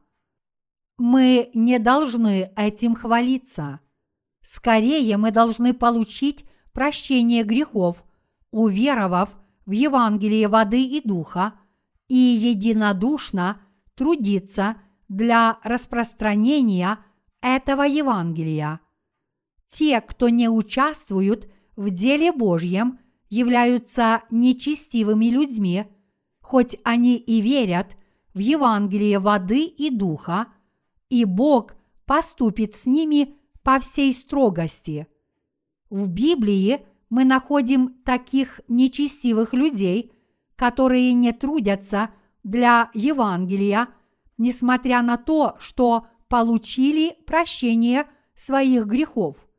Мы не должны этим хвалиться. Скорее мы должны получить прощение грехов, уверовав в Евангелие воды и духа, и единодушно трудиться для распространения этого Евангелия. Те, кто не участвуют в деле Божьем, являются нечестивыми людьми, хоть они и верят в Евангелие воды и духа, и Бог поступит с ними по всей строгости. В Библии мы находим таких нечестивых людей, которые не трудятся для Евангелия, несмотря на то, что получили прощение своих грехов.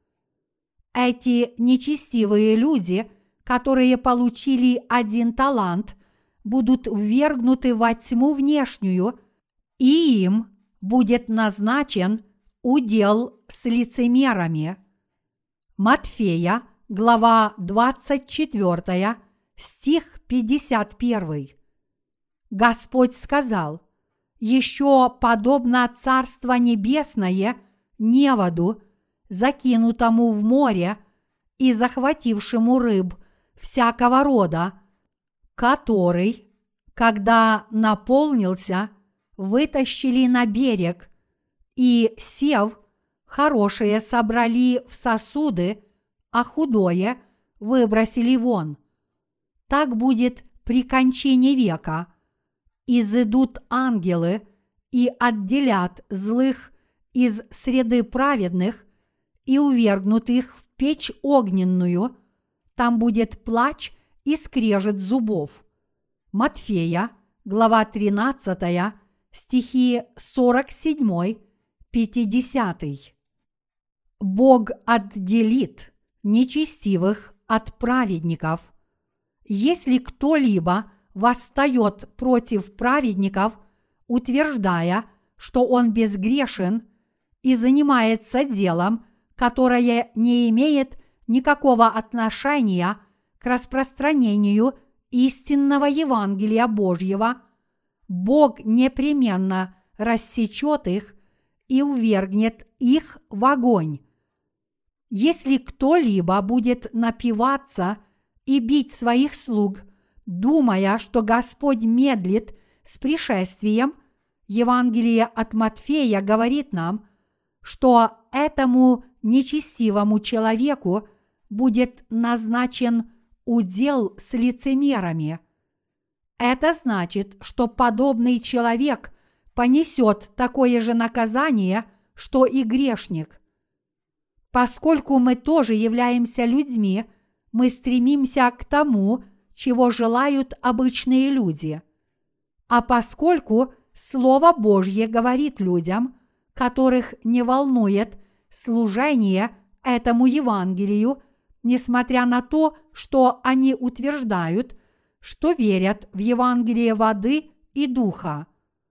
Эти нечестивые люди, которые получили один талант, будут ввергнуты во тьму внешнюю, и им будет назначен удел с лицемерами. Матфея, глава 24, стих 51. Господь сказал: «Еще подобно Царство Небесное неводу, закинутому в море и захватившему рыб всякого рода, который, когда наполнился, вытащили на берег, и, сев, хорошее собрали в сосуды, а худое выбросили вон. Так будет при кончине века. Изыдут ангелы и отделят злых из среды праведных и увергнут их в печь огненную, там будет плач и скрежет зубов». Матфея, глава 13, стихи 47-50. Бог отделит нечестивых от праведников. Если кто-либо восстает против праведников, утверждая, что он безгрешен и занимается делом, которое не имеет никакого отношения к распространению истинного Евангелия Божьего, Бог непременно рассечет их и увергнет их в огонь. Если кто-либо будет напиваться и бить своих слуг, думая, что Господь медлит с пришествием, Евангелие от Матфея говорит нам, что этому нечестивому человеку будет назначен удел с лицемерами. Это значит, что подобный человек понесет такое же наказание, что и грешник. Поскольку мы тоже являемся людьми, мы стремимся к тому, чего желают обычные люди. А поскольку Слово Божье говорит людям, которых не волнует служение этому Евангелию, несмотря на то, что они утверждают, что верят в Евангелие воды и духа.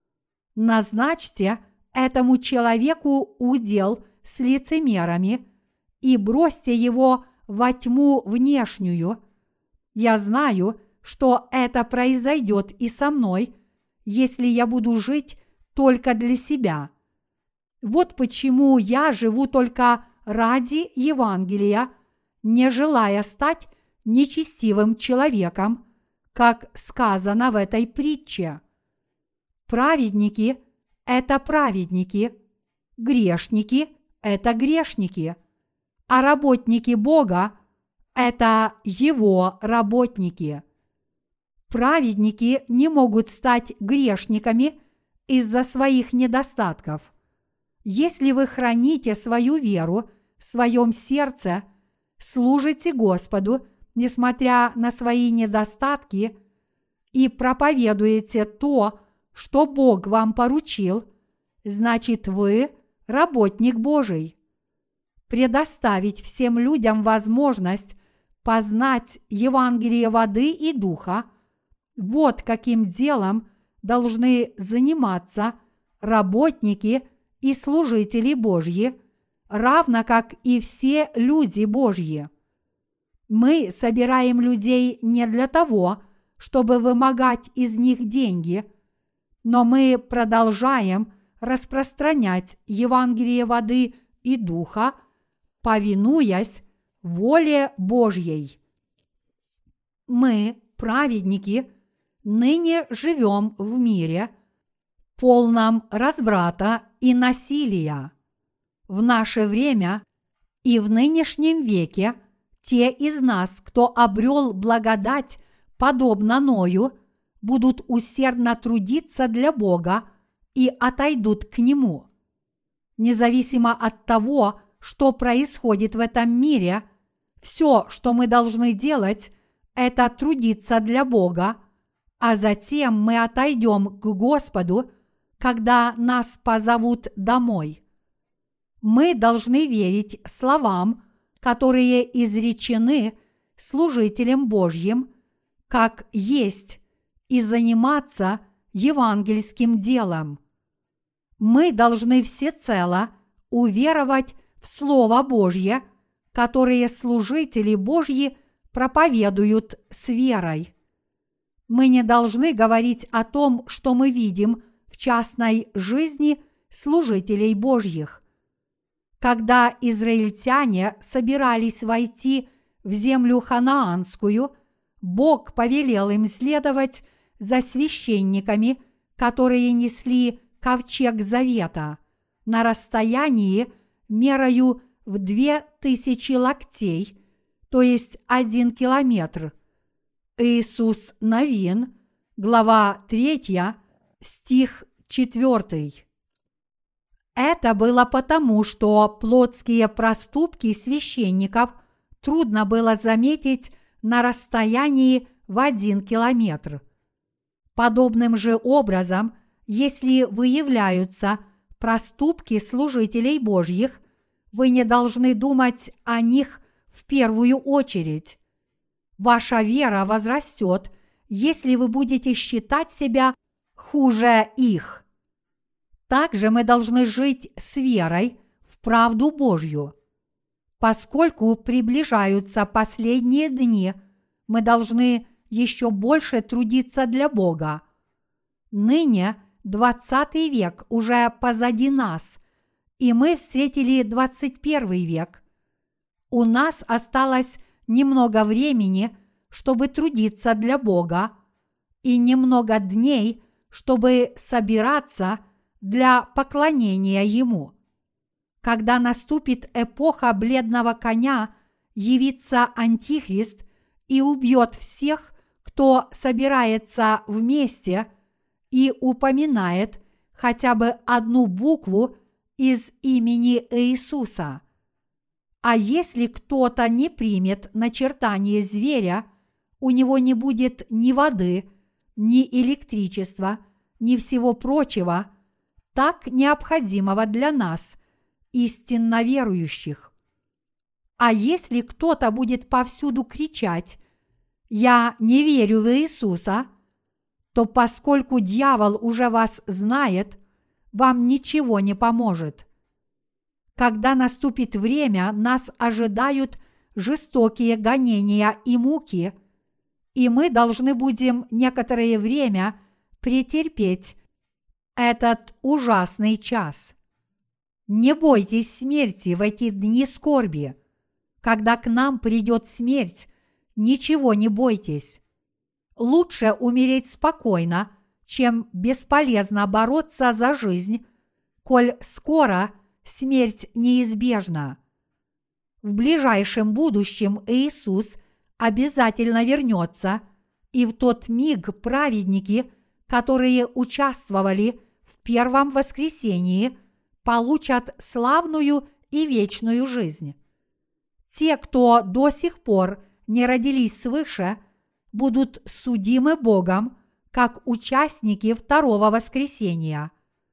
Назначьте этому человеку удел с лицемерами и бросьте его во тьму внешнюю. Я знаю, что это произойдет и со мной, если я буду жить только для себя. Вот почему я живу только ради Евангелия, не желая стать нечестивым человеком, как сказано в этой притче. Праведники – это праведники, грешники – это грешники, а работники Бога – это Его работники. Праведники не могут стать грешниками из-за своих недостатков. Если вы храните свою веру в своем сердце, служите Господу, несмотря на свои недостатки, и проповедуете то, что Бог вам поручил, значит, вы работник Божий. Предоставить всем людям возможность познать Евангелие воды и духа – вот каким делом должны заниматься работники и служители Божьи, равно как и все люди Божьи. Мы собираем людей не для того, чтобы вымогать из них деньги, но мы продолжаем распространять Евангелие воды и духа, повинуясь воле Божьей. Мы, праведники, ныне живем в мире, полном разврата и насилия. В наше время и в нынешнем веке те из нас, кто обрел благодать подобно Ною, будут усердно трудиться для Бога и отойдут к Нему. Независимо от того, что происходит в этом мире, все, что мы должны делать, это трудиться для Бога, а затем мы отойдем к Господу, когда нас позовут домой. Мы должны верить словам, которые изречены служителем Божьим, как есть, и заниматься евангельским делом. Мы должны всецело уверовать в Слово Божье, которое служители Божьи проповедуют с верой. Мы не должны говорить о том, что мы видим в частной жизни служителей Божьих. Когда израильтяне собирались войти в землю ханаанскую, Бог повелел им следовать за священниками, которые несли ковчег завета на расстоянии мерою в 2000 локтей, то есть 1 километр. Иисус Навин, глава 3, стих 4. Это было потому, что плотские проступки священников трудно было заметить на расстоянии в 1 километр. Подобным же образом, если выявляются проступки служителей Божьих, вы не должны думать о них в первую очередь. Ваша вера возрастет, если вы будете считать себя хуже их. Также мы должны жить с верой в правду Божью. Поскольку приближаются последние дни, мы должны еще больше трудиться для Бога. Ныне 20 век уже позади нас, и мы встретили 21 век. У нас осталось немного времени, чтобы трудиться для Бога, и немного дней, чтобы собираться для поклонения Ему. Когда наступит эпоха бледного коня, явится Антихрист и убьет всех, кто собирается вместе и упоминает хотя бы одну букву из имени Иисуса. А если кто-то не примет начертание зверя, у него не будет ни воды, ни электричества, ни всего прочего, так необходимого для нас, истинно верующих. А если кто-то будет повсюду кричать «Я не верю в Иисуса», то поскольку дьявол уже вас знает, вам ничего не поможет. Когда наступит время, нас ожидают жестокие гонения и муки, и мы должны будем некоторое время претерпеть этот ужасный час. Не бойтесь смерти в эти дни скорби. Когда к нам придет смерть, ничего не бойтесь. Лучше умереть спокойно, чем бесполезно бороться за жизнь, коль скоро смерть неизбежна. В ближайшем будущем Иисус обязательно вернется, и в тот миг праведники, которые участвовали в первом воскресении, получат славную и вечную жизнь. Те, кто до сих пор не родились свыше, будут судимы Богом как участники второго воскресения.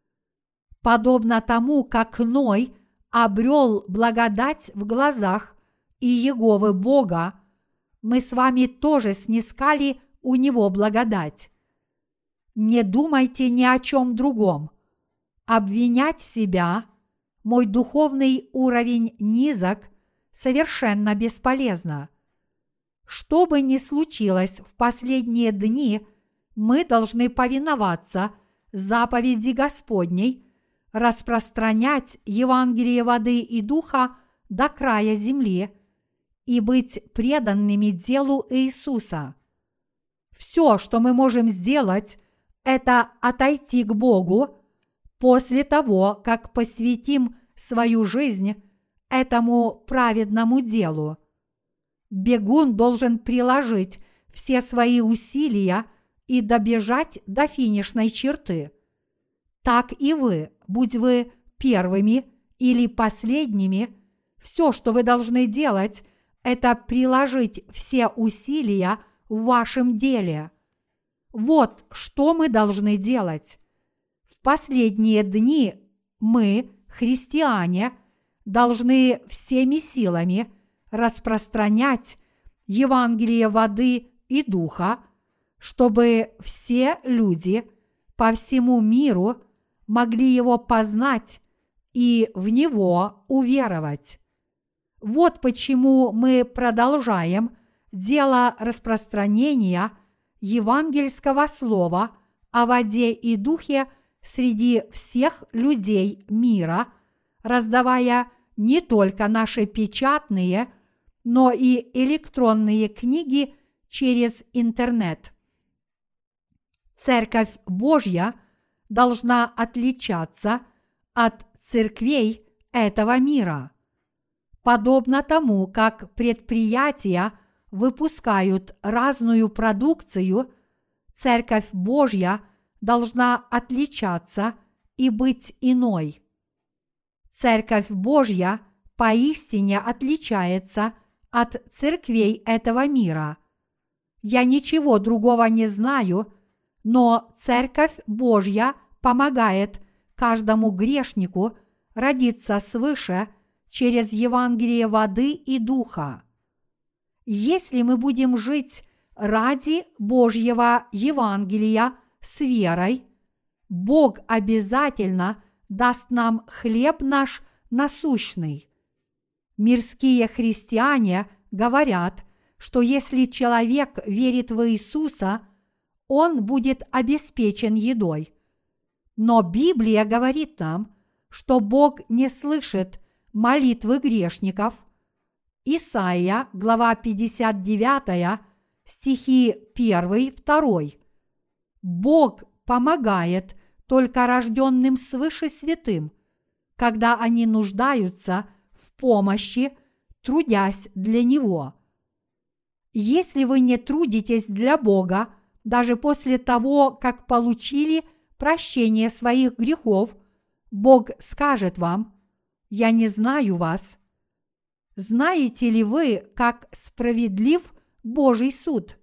Подобно тому, как Ной обрел благодать в глазах Иеговы Бога, мы с вами тоже снискали у Него благодать. Не думайте ни о чем другом. Обвинять себя, мой духовный уровень низок, совершенно бесполезно. Что бы ни случилось в последние дни, мы должны повиноваться заповеди Господней, распространять Евангелие воды и духа до края земли и быть преданными делу Иисуса. Все, что мы можем сделать, это отойти к Богу после того, как посвятим свою жизнь этому праведному делу. Бегун должен приложить все свои усилия и добежать до финишной черты. Так и вы, будь вы первыми или последними, все, что вы должны делать, это приложить все усилия в вашем деле. Вот что мы должны делать. В последние дни мы, христиане, должны всеми силами распространять Евангелие воды и духа, чтобы все люди по всему миру могли его познать и в него уверовать. Вот почему мы продолжаем дело распространения евангельского слова о воде и духе среди всех людей мира, раздавая не только наши печатные, но и электронные книги через интернет. Церковь Божья должна отличаться от церквей этого мира. Подобно тому, как предприятия выпускают разную продукцию, Церковь Божья должна отличаться и быть иной. Церковь Божья поистине отличается от церквей этого мира. Я ничего другого не знаю, но Церковь Божья помогает каждому грешнику родиться свыше через Евангелие воды и духа. Если мы будем жить ради Божьего Евангелия с верой, Бог обязательно даст нам хлеб наш насущный. Мирские христиане говорят, что если человек верит в Иисуса, он будет обеспечен едой. Но Библия говорит нам, что Бог не слышит молитвы грешников. Исайя, глава 59, стихи 1-2. Бог помогает только рожденным свыше святым, когда они нуждаются в помощи, трудясь для Него. Если вы не трудитесь для Бога, даже после того, как получили прощение своих грехов, Бог скажет вам: «Я не знаю вас». Знаете ли вы, как справедлив Божий суд?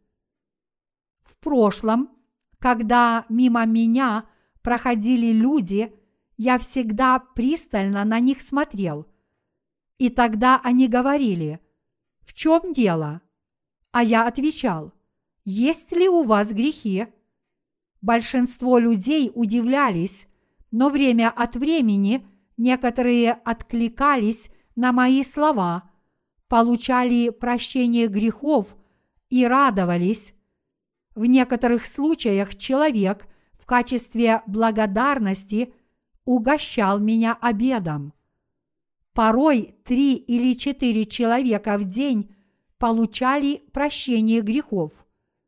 В прошлом, когда мимо меня проходили люди, я всегда пристально на них смотрел. И тогда они говорили: «В чем дело?» А я отвечал: «Есть ли у вас грехи?» Большинство людей удивлялись, но время от времени некоторые откликались на мои слова, получали прощение грехов и радовались. В некоторых случаях человек в качестве благодарности угощал меня обедом. Порой 3 или 4 человека в день получали прощение грехов.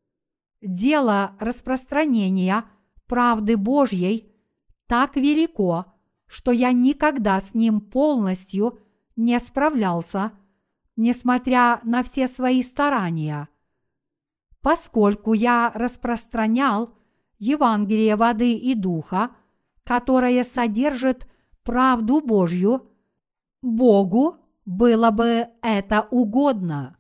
Дело распространения правды Божьей так велико, что я никогда с ним полностью не справлялся, несмотря на все свои старания. Поскольку я распространял Евангелие воды и духа, которое содержит правду Божью, Богу было бы это угодно.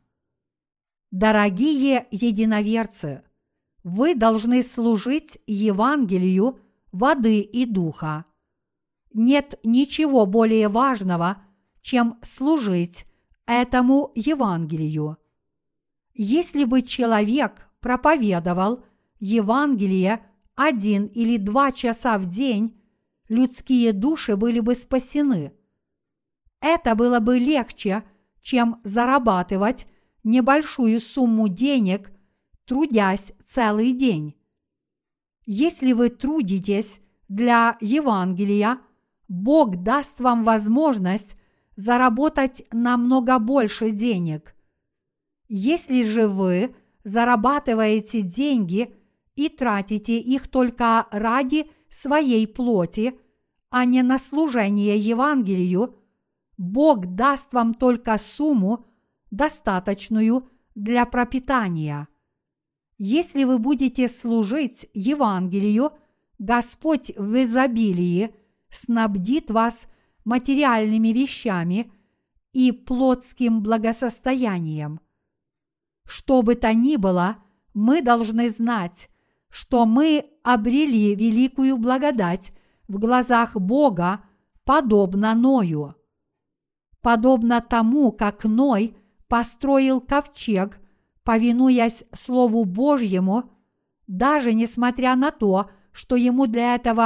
Дорогие единоверцы, вы должны служить Евангелию воды и духа. Нет ничего более важного, чем служить этому Евангелию. Если бы человек проповедовал Евангелие 1 или 2 часа в день, людские души были бы спасены. Это было бы легче, чем зарабатывать небольшую сумму денег, трудясь целый день. Если вы трудитесь для Евангелия, Бог даст вам возможность заработать намного больше денег. Если же вы зарабатываете деньги и тратите их только ради своей плоти, а не на служение Евангелию, Бог даст вам только сумму, достаточную для пропитания. Если вы будете служить Евангелию, Господь в изобилии снабдит вас материальными вещами и плотским благосостоянием. Что бы то ни было, мы должны знать, что мы обрели великую благодать в глазах Бога, подобно Ною. Подобно тому, как Ной построил ковчег, повинуясь Слову Божьему, даже несмотря на то, что ему для этого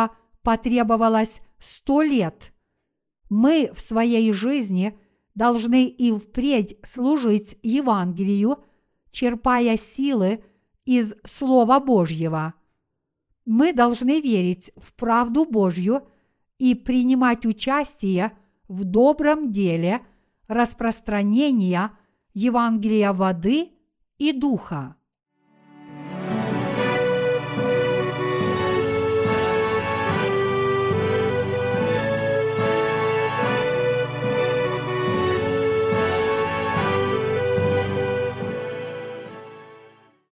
потребовалось 100 лет. Мы в своей жизни должны и впредь служить Евангелию, черпая силы из Слова Божьего. Мы должны верить в правду Божью и принимать участие в добром деле распространения Евангелия воды и духа.